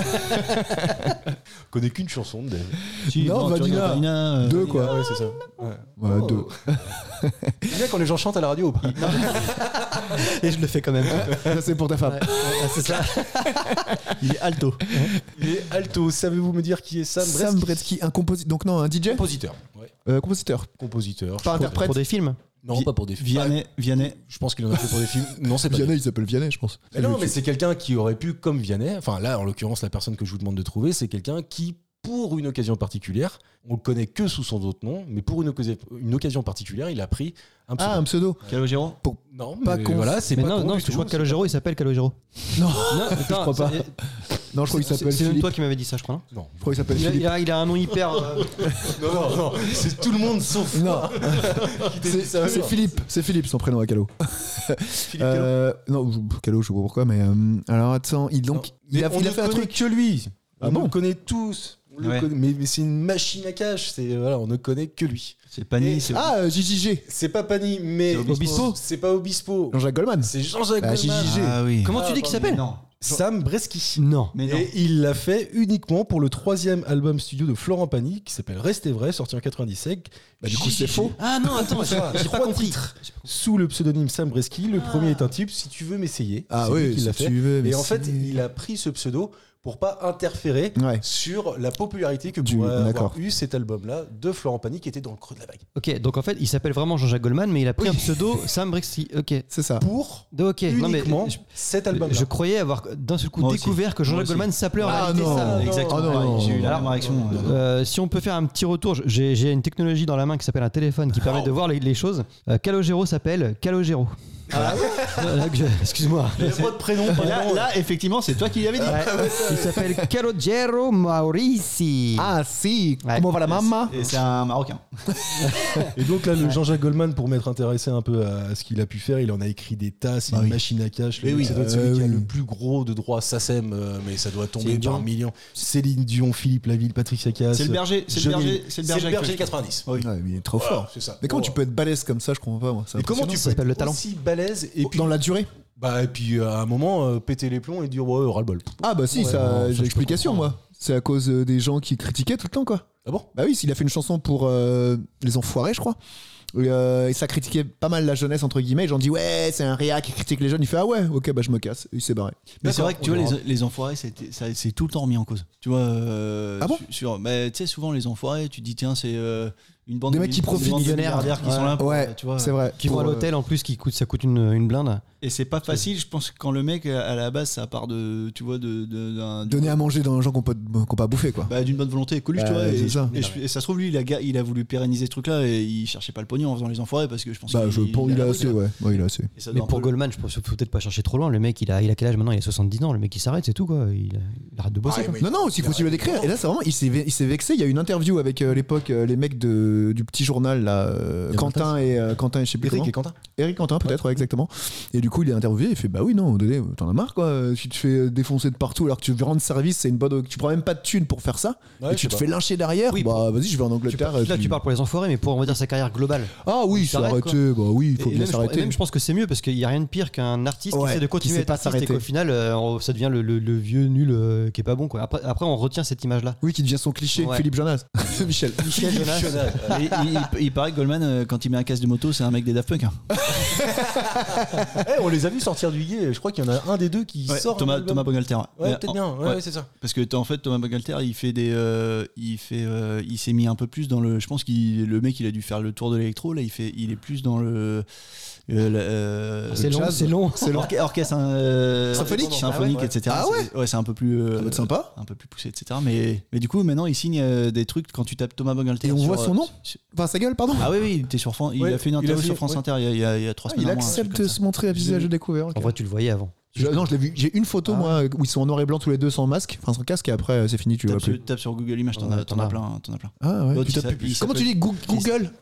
D: Je connais qu'une chanson de Dev.
E: Si,
F: Non,
E: tu
F: Vanilla.
E: regardes Vanilla, euh,
F: Deux, quoi.
D: Ah ouais, c'est ça. Ouais.
F: Ouais,
D: Oh.
F: deux.
D: C'est bien quand les gens chantent à la radio. ou pas
G: Et je le fais quand même.
F: Ça, c'est pour ta femme.
G: Ouais, ouais, c'est ça.
E: Il est alto.
D: Il est alto. Savez-vous me dire qui est Sam Bresky?
F: Sam Bretsky, un compositeur. Donc, non, un D J
D: Compositeur. Ouais.
F: euh, Compositeur.
D: Compositeur.
F: Pas
D: Je-
F: interprète.
G: Pour des films.
D: Non,
E: Vi-
D: pas pour des films.
E: Vianney. Vianney.
D: Je pense qu'il en a fait pour des films. Non, c'est pas.
F: Vianney, il s'appelle Vianney, je pense.
D: Mais non, mais c'est quelqu'un qui aurait pu, comme Vianney, enfin là, en l'occurrence, la personne que je vous demande de trouver, c'est quelqu'un qui, pour une occasion particulière, on le connaît que sous son autre nom, mais pour une, occasion- une occasion particulière, il a pris un pseudo.
F: Ah, un pseudo.
E: Calogero.
D: non,
F: pas
D: mais
F: con.
D: voilà, c'est
G: Mais
D: pas
G: non,
D: con
G: non,
D: du
G: je
D: tout.
G: crois que Calogero, il s'appelle Calogero.
F: Non,
G: Non,
F: je crois pas. Non, je crois qu'il
G: C'est
F: s'appelle
G: c'est même
F: Philippe.
G: toi qui m'avais dit ça, je crois. Non
D: Non,
F: Je crois qu'il s'appelle
G: il, a,
F: Philippe.
G: il, a, il a un nom hyper. euh,
D: non, non, non, c'est tout le monde sauf
F: Non,
D: moi qui t'a dit
F: c'est
D: ça.
F: c'est Philippe. C'est Philippe, son prénom à Calo.
D: Philippe Callot.
F: Euh, non, je- Calo, je sais pas pourquoi, mais. euh, alors attends, il, donc,
D: Non,
F: il
D: mais
F: a,
D: on
F: il a
D: ne
F: fait un
D: connaît
F: truc.
D: que lui.
F: Ah
D: On
F: bon
D: le connaît tous. On le
E: Ouais.
D: connaît, mais, mais c'est une machine à cash. C'est voilà, on ne connaît que lui.
E: C'est Pani.
D: Et-
E: c'est-
F: Ah, euh, J J G.
D: C'est pas Pani, mais
E: C'est Obispo.
D: C'est pas Obispo.
F: Jean-Jacques Goldman.
D: C'est Jean-Jacques
F: Ah,
D: Goldman.
F: J J G.
E: Ah oui.
G: Comment tu
D: Ah,
G: dis qu'il
D: pardon,
G: s'appelle
E: Non.
D: Sam Bresky.
G: Non.
E: Mais non.
D: Et il l'a fait uniquement pour le troisième album studio de Florent Pagny qui s'appelle Restez vrai, sorti en quatre-vingt-dix-sept.
F: Bah, du coup, c'est
D: J J G.
F: faux.
G: Ah non, attends, j'ai j'ai pas
D: Trois
G: compris.
D: titres sous le pseudonyme Sam Bresky. Le premier est un type, si tu veux m'essayer.
F: Ah
D: C'est lui
F: oui,
D: qui l'a
F: si
D: fait.
F: tu veux. mais
D: Et en fait,
F: c'est-
D: il a pris ce pseudo pour pas interférer
F: Ouais.
D: sur la popularité que
F: Du-
D: pourrait avoir
F: d'accord.
D: eu cet album-là de Florent Pagny qui était dans le creux de la vague.
G: Ok, donc en fait, il s'appelle vraiment Jean-Jacques Goldman, mais il a pris
F: Oui.
G: un pseudo Sam Brixy. Ok.
F: C'est ça.
D: Pour
G: Ok. Non, mais
D: uniquement
G: je,
D: cet album-là.
G: je croyais avoir d'un seul coup
E: Moi aussi.
G: découvert que
E: Moi
G: Jean-Jacques
E: aussi.
G: Goldman s'appelait en
F: Ah
G: réalité
F: non.
G: ça.
E: Exactement.
F: Oh non,
E: pareil.
F: non,
E: J'ai eu la
G: Alors,
E: même réaction. euh,
G: Euh, si on peut faire un petit retour, j'ai, j'ai une technologie dans la main qui s'appelle un téléphone qui permet de voir les, les choses. Euh, Calogero s'appelle Calogero.
D: Ah
G: Euh, là que je- excuse-moi.
D: Il n'y a pas de prénom.
E: Et
D: pardon.
E: là, là, effectivement, c'est toi qui l'avais dit.
G: Ouais. Il s'appelle Calogero Maurici.
F: Ah si,
G: Ouais.
F: comment va la maman?
E: Et c'est un Marocain.
D: Et donc là, le Jean-Jacques Goldman, pour m'être intéressé un peu à ce qu'il a pu faire, il en a écrit des tas, c'est
E: Bah
D: une
E: oui.
D: machine à cash.
E: Mais
D: Le-
E: oui.
D: ça doit être
F: Euh,
D: celui qui a
F: oui.
D: le plus gros de droits S A C E M, euh, mais ça doit tomber
G: Céline
D: par
G: Dion.
D: millions. Céline Dion, Philippe Laville, Patricia Cass.
E: C'est le berger. C'est le
D: Johnny-
E: berger. C'est le berger. actuel.
D: quatre-vingt-dix.
E: Oui.
F: Ouais, mais il est trop
D: Voilà,
F: fort.
D: c'est ça.
F: Mais comment
D: Oh.
F: tu peux être balèze comme ça? Je comprends pas moi. C'est
D: Et comment tu
F: impressionnant.
G: Ça
D: peux
G: s'appelle le
D: être
G: talent.
D: aussi balèze et puis
F: Dans la durée?
D: bah et puis euh, à un moment euh, péter les plombs et dire ouais ras-le-bol.
F: Ah bah si,
D: Ouais,
F: ça,
D: non, ça, je
F: j'ai
D: peux
F: l'explication
D: comprendre.
F: moi. C'est à cause euh, des gens qui critiquaient tout le temps quoi.
D: Ah bon?
F: Bah oui, il a fait une chanson pour euh, Les Enfoirés, je crois. Et, euh, et ça critiquait pas mal la jeunesse entre guillemets. Les gens disent ouais, c'est un réa qui critique les jeunes. Il fait ah ouais, ok, bah je me casse. Et il s'est barré.
E: Mais c'est
D: D'accord,
E: vrai que tu
D: on
E: vois,
D: verra.
E: les, les enfoirés, c'était- ça- c'est tout le temps remis en cause. Tu vois, euh,
F: Ah bon
E: sur, sur- bah, tu sais, souvent les enfoirés, tu te dis, tiens, c'est euh, une bande
F: Des
E: de
F: mecs qui
E: une
F: profitent,
E: bande de
G: millionnaires.
E: milliardaires qui
G: Ouais.
E: sont là. Pour,
F: Ouais,
E: tu vois.
F: c'est vrai.
G: Qui vont à
F: Pour, euh,
G: l'hôtel en plus, qui coûte, ça coûte une, une blinde.
E: Et c'est pas facile, je pense, que quand le mec, à la base, ça part de, tu vois, de, de- d'un-
F: Donner à manger dans les gens qui n'ont pas, qui ont pas bouffé quoi.
E: bah, d'une bonne volonté et Coluche, tu
F: Ouais,
E: vois.
F: c'est
E: Et,
F: ça.
E: et je- et ça se trouve, lui, il a, ga- il a voulu pérenniser ce truc-là et il cherchait pas le pognon en faisant les enfoirés parce que je pense
F: Bah
E: qu'il
F: je pense il a assez, ouais. Ouais, il a assez.
E: Et ça
G: Mais
E: doit un
G: pour
E: peu-
G: Goldman, je pense qu'il faut peut-être pas chercher trop loin. Le mec, il a, il a quel âge maintenant? Il a soixante-dix ans. Le mec, il s'arrête, c'est tout quoi. Il, il arrête de bosser. quoi.
F: Non, non, aussi, il faut aussi le décrire. Et là, c'est vraiment, il s'est, ve- il s'est vexé. Il y a eu une interview avec euh, à l'époque euh, les mecs de, du petit journal, là, euh,
D: Il y a
F: Quentin et euh, Quentin et je sais plus
D: Eric
F: comment.
D: et Quentin.
F: Eric Quentin, peut-être, ouais, exactement. Et du coup, il est interviewé. Il fait bah oui, non, donné, t'en as marre quoi. Si tu te fais défoncer de partout alors que tu veux rendre service, c'est une bonne. Tu prends même pas de thunes pour faire ça.
D: Ouais,
F: et
D: je
F: tu
D: sais
F: te
D: pas.
F: fais lyncher derrière.
G: Oui,
F: bah vas-y, je vais en
G: Tu
F: Angleterre.
G: parles-
F: et
G: là,
F: puis-
G: tu parles pour les enfoirés, mais pour on va dire sa carrière globale.
F: Ah oui,
G: Il
F: il faut
G: s'arrête,
F: arrêter. Bah oui, il faut
G: Et
F: bien
G: même, je, et
F: s'arrêter.
G: même, je pense que c'est mieux parce qu'il n'y a rien de pire qu'un artiste
F: Ouais,
G: qui essaie de
F: qui
G: continuer
F: sait
G: à être
F: pas
G: artiste et
F: s'arrêter.
G: qu'au final, euh, on- ça devient le, le- le vieux nul euh, qui est pas bon. Quoi. Après, après, on retient cette image-là.
F: Oui, qui devient son cliché.
G: Ouais.
F: Philippe Jonas. Michel.
G: Michel Jonas.
E: Et il, il- il paraît que Goldman, euh, quand il met un casque de moto, c'est un mec des Daft Punk. hein.
D: Eh, on les a vus sortir du guet. Je crois qu'il y en a un des deux qui
E: Ouais,
D: sort.
E: Thomas,
D: un album.
E: Thomas Bangalter. Ouais,
D: Ouais,
E: Mais
D: peut-être
E: en-
D: bien. Ouais,
E: ouais.
D: ouais, c'est ça.
E: Parce que en fait Thomas Bangalter il fait des euh, il fait euh, il s'est mis un peu plus dans le je pense qu'il le mec il a dû faire le tour de l'électro là il fait il est plus dans le euh, la- euh,
G: C'est
E: le
G: long,
E: jazz.
G: c'est long.
E: C'est l'orchestre orchestre euh,
F: Symphonique.
E: symphonique
D: Ah ouais.
E: etc
F: Ah ouais
E: C'est- ouais c'est un peu plus euh,
F: Ça va être sympa.
E: un peu plus poussé etc mais mais du coup maintenant il signe euh, des trucs quand tu tapes Thomas Bangalter
F: Et on
E: sur,
F: voit son
E: euh,
F: nom
E: sur-
F: Enfin, sa gueule, pardon.
E: ah oui oui il était sur France il
D: Ouais,
E: a fait une
D: il a
E: interview
D: fait-
E: sur France
D: ouais.
E: Inter il y a, il y a, il y a trois
F: Ah,
E: semaines
F: il
E: un mois, un truc
F: accepte
E: comme
F: de
E: ça.
F: se montrer à visage découvert. ok.
G: En vrai, tu le voyais avant.
F: Je- non, je l'ai vu. J'ai une photo,
G: Ah
F: moi, où ils sont en noir et blanc tous les deux sans masque, enfin sans casque, et après, euh, c'est fini, tu le vois
E: Tape sur,
F: plus.
E: tape sur Google Images t'en
G: Ouais,
E: as, t'en
G: t'en
E: as
G: as.
E: plein t'en as plein
F: Ah ouais.
E: L'autre,
F: Tu
E: il
F: tapes-
E: s'appelle- il
F: Comment tu
E: s'appelle-
F: dis Goo- Google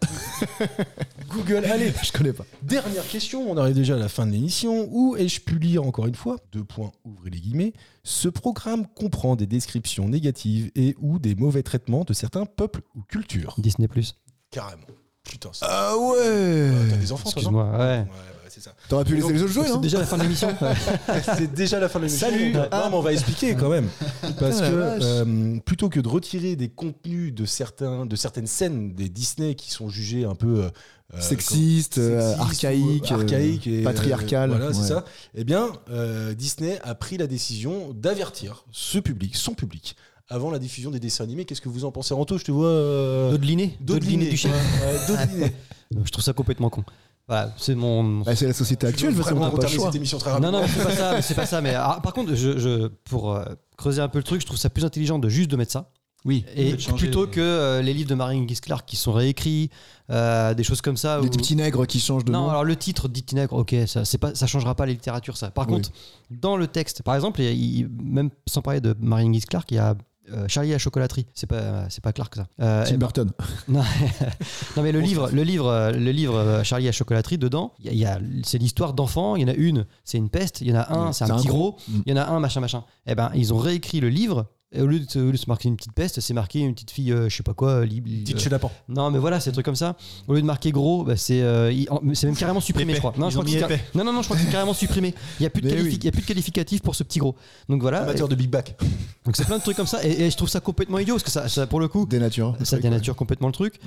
D: Google, allez.
F: Je connais pas.
D: Dernière question, on arrive déjà à la fin de l'émission. Où ai-je pu lire encore une fois, deux points, ouvrez les guillemets, ce programme comprend des descriptions négatives et ou des mauvais traitements de certains peuples ou cultures.
G: Disney plus.
D: Carrément. Putain, c'est...
F: Ah ouais.
D: T'as des enfants, toi, non
G: Excuse-moi. Ouais.
D: Ouais, ouais, c'est ça.
F: T'aurais pu laisser les autres jouer,
G: C'est
F: non
G: déjà la fin de l'émission.
D: C'est déjà la fin de l'émission.
G: Salut.
D: Non, mais on va expliquer quand même. Parce
F: Ah, la
D: que
F: vache.
D: euh, plutôt que de retirer des contenus de, certains, de certaines scènes des Disney qui sont jugés un peu euh, euh,
F: Sexiste,
D: comme-
F: euh,
D: sexistes
F: archaïque,
D: ou
F: euh,
D: archaïque et,
F: patriarcal,
D: euh, voilà, c'est
F: ouais.
D: ça. Eh bien, euh, Disney a pris la décision d'avertir ce public, son public, avant la diffusion des dessins animés. Qu'est-ce que vous en pensez, Anto? Je te vois. Euh...
G: Dodeliné. Dodeliné du chef.
D: Ouais, ouais, Dodeliné.
G: Je trouve ça complètement con. Voilà, c'est mon.
F: Bah, c'est la société actuelle, de toute façon,
D: Vraiment,
F: t'as
D: on
F: pas le
D: termine
F: choix.
D: cette émission très
G: Non,
D: rapidement.
G: non, mais c'est pas ça. mais C'est pas ça. Mais ah, par contre, je, je- pour euh, creuser un peu le truc, je trouve ça plus intelligent de juste de mettre ça.
E: oui
G: Et
E: de changer-
G: plutôt que euh, les livres de Marie Higgins Clark qui sont réécrits, euh, des choses comme ça.
F: Les
G: où-
F: petits nègres qui changent de
G: Non,
F: nom.
G: alors le titre dit Tinègre, ok, ça, c'est pas, ça changera pas la littérature, ça. Par
F: Oui.
G: contre, dans le texte, par exemple, il y a- il- même sans parler de Marie Higgins Clark, il y a euh, Charlie et la chocolaterie. C'est pas, c'est pas Clark ça. Euh,
F: Tim
G: eh ben-
F: Burton.
G: non, non, mais le livre, le livre, euh, le livre euh, Charlie et la chocolaterie, dedans, il y a, il y a- c'est l'histoire d'enfants. Il y en a une, c'est une peste. Il y en a un,
F: Oui,
G: c'est un
F: c'est un
G: petit
F: gros.
G: gros.
F: Mm.
G: Il y en a un, machin, machin. Eh ben, ils ont réécrit le livre. Et au lieu de, se- au lieu de se marquer une petite peste, c'est marqué une petite fille, euh, je sais pas quoi, libre.
D: Petite chenapan.
G: Non, mais voilà, c'est des trucs comme ça. Au lieu de marquer gros, bah, c'est euh, il- en- c'est même carrément supprimé, je crois. Non,
E: Ils
G: je crois
E: ont
G: que
E: mis
G: c'est car-
E: épais.
G: non, non, non, je crois que c'est carrément supprimé. Il y a plus de
F: Mais
G: qualifi-
F: oui.
G: il y a plus de qualificatif pour ce petit gros. Donc voilà.
D: Amateur de Big Back.
G: Donc c'est plein de trucs comme ça. Et, et je trouve ça complètement idiot parce que ça, ça pour le coup,
F: Des natures.
G: ça dénature complètement le truc.
F: Mm.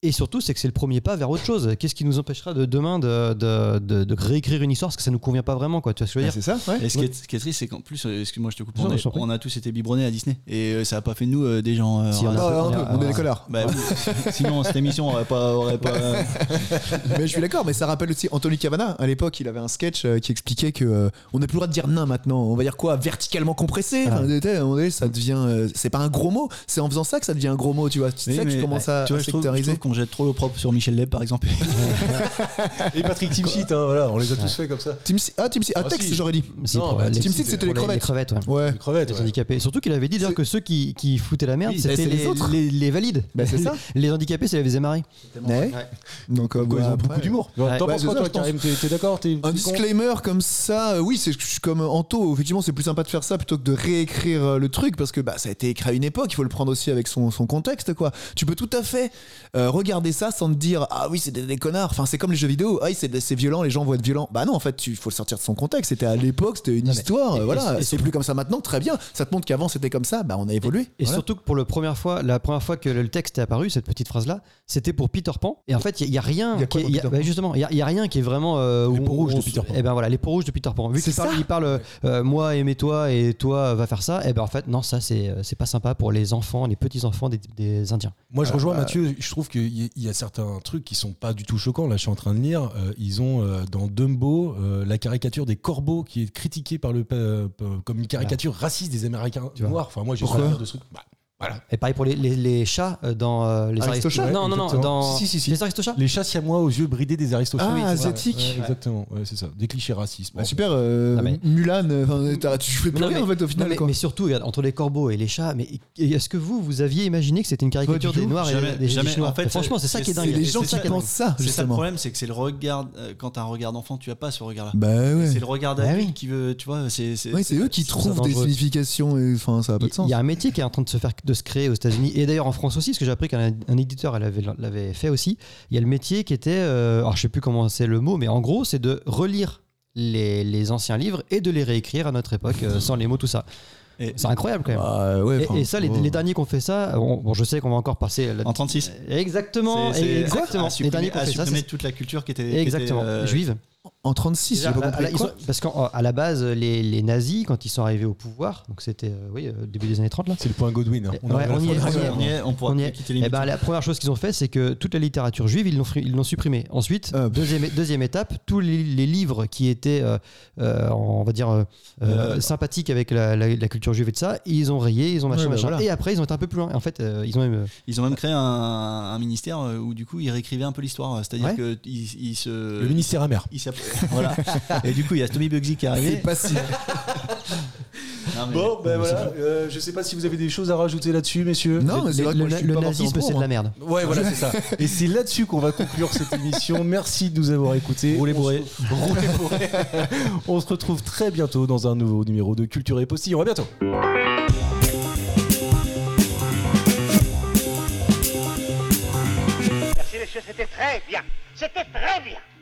G: Et surtout, c'est que c'est le premier pas vers autre chose. Qu'est-ce qui nous empêchera de demain de, de, de, de réécrire une histoire parce que ça nous convient pas vraiment, quoi. Tu vois ce que je veux
F: Ah,
G: dire?
F: c'est ça, ouais.
E: Et ce qui est, ce qui est triste, c'est qu'en plus, euh, excuse-moi, je te coupe,
G: Non,
E: on,
G: je
E: est-
G: t'en prie.
E: on a tous été biberonnés à Disney. Et euh, ça a pas fait de nous euh, des gens. euh,
G: Si, on a-
E: racistes.
F: Ah,
G: on
F: un
G: a-
F: peu, on est des connards.
E: Bah, oui. Sinon, cette émission aurait pas. Aurait pas euh,
F: Mais je suis d'accord, mais ça rappelle aussi Anthony Cavana. À l'époque, il avait un sketch euh, qui expliquait que euh, on n'a plus le droit de dire nain maintenant. On va dire quoi? Verticalement compressé.
G: Ah.
F: Enfin, tu sais, à un moment donné, ça devient. euh, c'est pas un gros mot. C'est en faisant ça que ça devient un gros mot. Tu vois. C'est
E: oui,
F: ça que
E: mais,
F: tu commences à,
E: tu vois,
F: à
E: je trouve, je
F: sectoriser.
E: trouve qu'on jette trop l'opprobre sur Michel Leb, par exemple.
D: Et Patrick Timsit, hein, voilà, on les a tous fait comme ça.
F: Team C- ah, Team C- ah,
D: Ah,
F: texte,
D: si.
F: j'aurais dit.
G: Si,
D: Non,
G: pour
D: bah,
G: les-
F: Team Six, c'était
G: pour
F: les crevettes.
G: ouais.
F: Ouais.
D: Les crevettes,
G: Les
D: ouais.
G: handicapés. Surtout qu'il avait dit d'ailleurs
F: C'est-
G: que ceux qui, qui foutaient la merde,
F: Oui,
G: c'était
F: c'est
G: les,
F: les autres.
G: les, les valides.
F: Bah, c'est ça.
G: Les, les handicapés, c'est les faisait marrer.
F: Ouais. Donc, euh,
D: Quoi,
F: bah,
D: ils ont
F: après-
D: beaucoup d'humour.
G: Ouais.
D: T'en
F: Ouais,
D: penses
F: c'est
D: quoi,
F: ça,
D: toi,
F: je pense.
D: Karim? T'es t'es d'accord? T'es-
F: Un
D: t'es con
F: disclaimer comme ça, euh, oui, c'est je suis comme Anto. Effectivement, c'est plus sympa de faire ça plutôt que de réécrire euh, le truc parce que bah, ça a été écrit à une époque. Il faut le prendre aussi avec son, son contexte, quoi. Tu peux tout à fait euh, regarder ça sans te dire ah oui, c'est des, des connards. Enfin, c'est comme les jeux vidéo. Ah oui, c'est c'est violent, les gens vont être violents. Bah non, en fait, il faut le sortir de son contexte. C'était à l'époque, c'était une
G: Non, mais-
F: histoire.
G: et-
F: euh, voilà,
G: et- et
F: c'est plus comme ça maintenant. Très bien. Ça te montre qu'avant c'était comme ça. Bah on a évolué.
G: Et
F: Voilà.
G: surtout que pour la première fois, la première fois que le texte est apparu, cette petite phrase-là, c'était pour Peter Pan. Et en fait, il y, a rien.
F: Il y a quoi
G: qui est-
F: dans
G: y a-
F: Peter
G: bah,
F: Pan
G: justement, il y a, il y a rien qui est vraiment. euh,
D: Les
G: où
D: peaux
G: on-
D: rouges de
G: on-
D: Peter Pan.
G: Et ben voilà, les peaux rouges de Peter Pan. Vu
F: C'est
G: qu'il parle,
F: ça.
G: il parle euh, moi aimez-toi et toi va faire ça. Et ben en fait, non, ça c'est euh, c'est pas sympa pour les enfants, les petits enfants des, des Indiens.
D: Moi, je rejoins
F: bah-
D: Mathieu. Je trouve qu'il y, a- il y a certains trucs qui sont pas du tout choquants. Là, je suis en train de lire. euh, ils ont euh, dans Dumbo euh, la caricature des corbeaux qui est critiquée par le euh, comme une caricature raciste des Américains
G: Tu vois.
D: noirs. Enfin, moi, j'ai
F: Pourquoi
D: souvenir de ce truc. Bah, voilà.
G: Et pareil pour les, les, les chats euh, dans euh, les
F: Aristochats,
G: Aristo- Non, non, non,
D: exactement.
G: dans
D: Si, si, si.
G: les Aristochats.
D: Les chats siamois aux yeux bridés des aristochats.
F: Ah,
D: Oui, c'est ça.
F: asiatiques.
D: Ouais, exactement. Ouais, c'est ça. Des clichés racistes.
F: Bah,
D: Bon.
F: super. euh,
G: Ah, mais-
F: Mulan. euh, enfin, t'as- tu fais plus
G: Non,
F: rien
G: mais-
F: en fait au final.
G: non, mais,
F: quoi.
G: mais surtout, regarde, entre les corbeaux et les chats, mais est-ce que vous, vous aviez imaginé que c'était une caricature
E: Pas du
G: des
E: tout.
G: Noirs
E: Jamais,
G: et des, des
E: jamais.
G: Chinois?
E: En fait,
G: Franchement, c'est ça qui est
E: c'est-
G: dingue.
F: C'est les gens
E: c'est
F: qui
E: ça qui est
F: pensent ça
E: C'est ça le
F: justement.
E: problème, c'est que c'est le regard. euh, Quand t'as un regard d'enfant, tu as pas ce regard-là.
F: Bah ouais.
E: C'est le regard
G: Bah
E: d'adulte
G: oui.
E: qui veut, tu vois. C'est
F: Oui, c'est eux qui
G: je trouve ça
F: trouvent des
G: dangereux.
F: significations. et- Enfin, ça a pas de
G: Il
F: sens.
G: y a un métier qui est en train de se faire de se créer aux États-Unis et d'ailleurs en France aussi, parce que j'ai appris qu'un un éditeur elle avait, l'avait fait aussi. Il y a le métier qui était, euh, alors je sais plus comment c'est le mot, mais en gros c'est de relire les, les anciens livres et de les réécrire à notre époque euh, sans les mots, tout ça.
E: Et-
G: C'est incroyable quand même.
F: Bah, ouais,
G: Et-
F: enfin,
G: et, ça, les,
F: oh.
G: les derniers qui ont fait ça, on- bon, je sais qu'on va encore passer. la-
E: En trente-six.
G: Exactement,
E: C'est- c'est-
G: exactement.
E: à
G: Les
E: supprimer-
G: derniers qui ont
E: à
G: fait ça,
E: supprimer
G: c'est-
E: toute la culture qui était. qui
G: exactement.
E: était, euh,
G: Juive.
F: En trente-six, j'ai
G: Déjà,
F: pas
G: à- à la-
F: compris.
G: ils
F: Quoi
G: sont- parce qu'à la base, les, les nazis, quand ils sont arrivés au pouvoir, donc c'était euh, oui, euh, début des années trente, là.
D: C'est le point Godwin. hein.
G: Ouais,
D: arrive à la
G: on y
D: fin
G: est,
D: de la
G: on y est.
D: saison.
E: On y est, on pourra
G: On y est.
E: quitter les
G: Eh ben, la première chose qu'ils ont fait, c'est que toute la littérature juive, ils l'ont, fri- ils l'ont supprimée. Ensuite,
F: Ah,
G: deuxième, deuxième étape, tous les, les livres qui étaient, euh, euh, on va dire, euh, euh, sympathiques avec la, la- la culture juive et de ça, ils ont rayé, ils ont machin,
F: Ouais, bah
G: machin.
F: voilà.
G: Et après, ils ont été un peu plus loin. En fait, euh, ils ont même. euh,
E: Ils ont même créé un, un ministère euh, où du coup ils réécrivaient un peu l'histoire, c'est-à-dire
G: Ouais.
E: que ils, ils se
D: Le ministère amer.
E: ils s'app- voilà. Et du coup il y a Tommy Bugsy qui est arrivé.
F: C'est pas si.
E: Non, mais-
D: Bon, ben voilà. euh, je sais pas si vous avez des choses à rajouter là-dessus, messieurs.
F: Non, mais c'est vrai que
G: le,
F: moi, je suis
G: le
F: pas
G: nazisme,
F: forcément
G: c'est de
F: pour,
G: la merde.
D: Ouais, voilà, c'est ça. Et c'est là-dessus qu'on va conclure cette émission. Merci de nous avoir écoutés.
E: Roulez
D: On
E: bourré.
D: se- Roulez bourré. On se retrouve très bientôt dans un nouveau numéro de Culture et Postillon. À bientôt.
B: Merci, messieurs, c'était très bien. C'était très bien.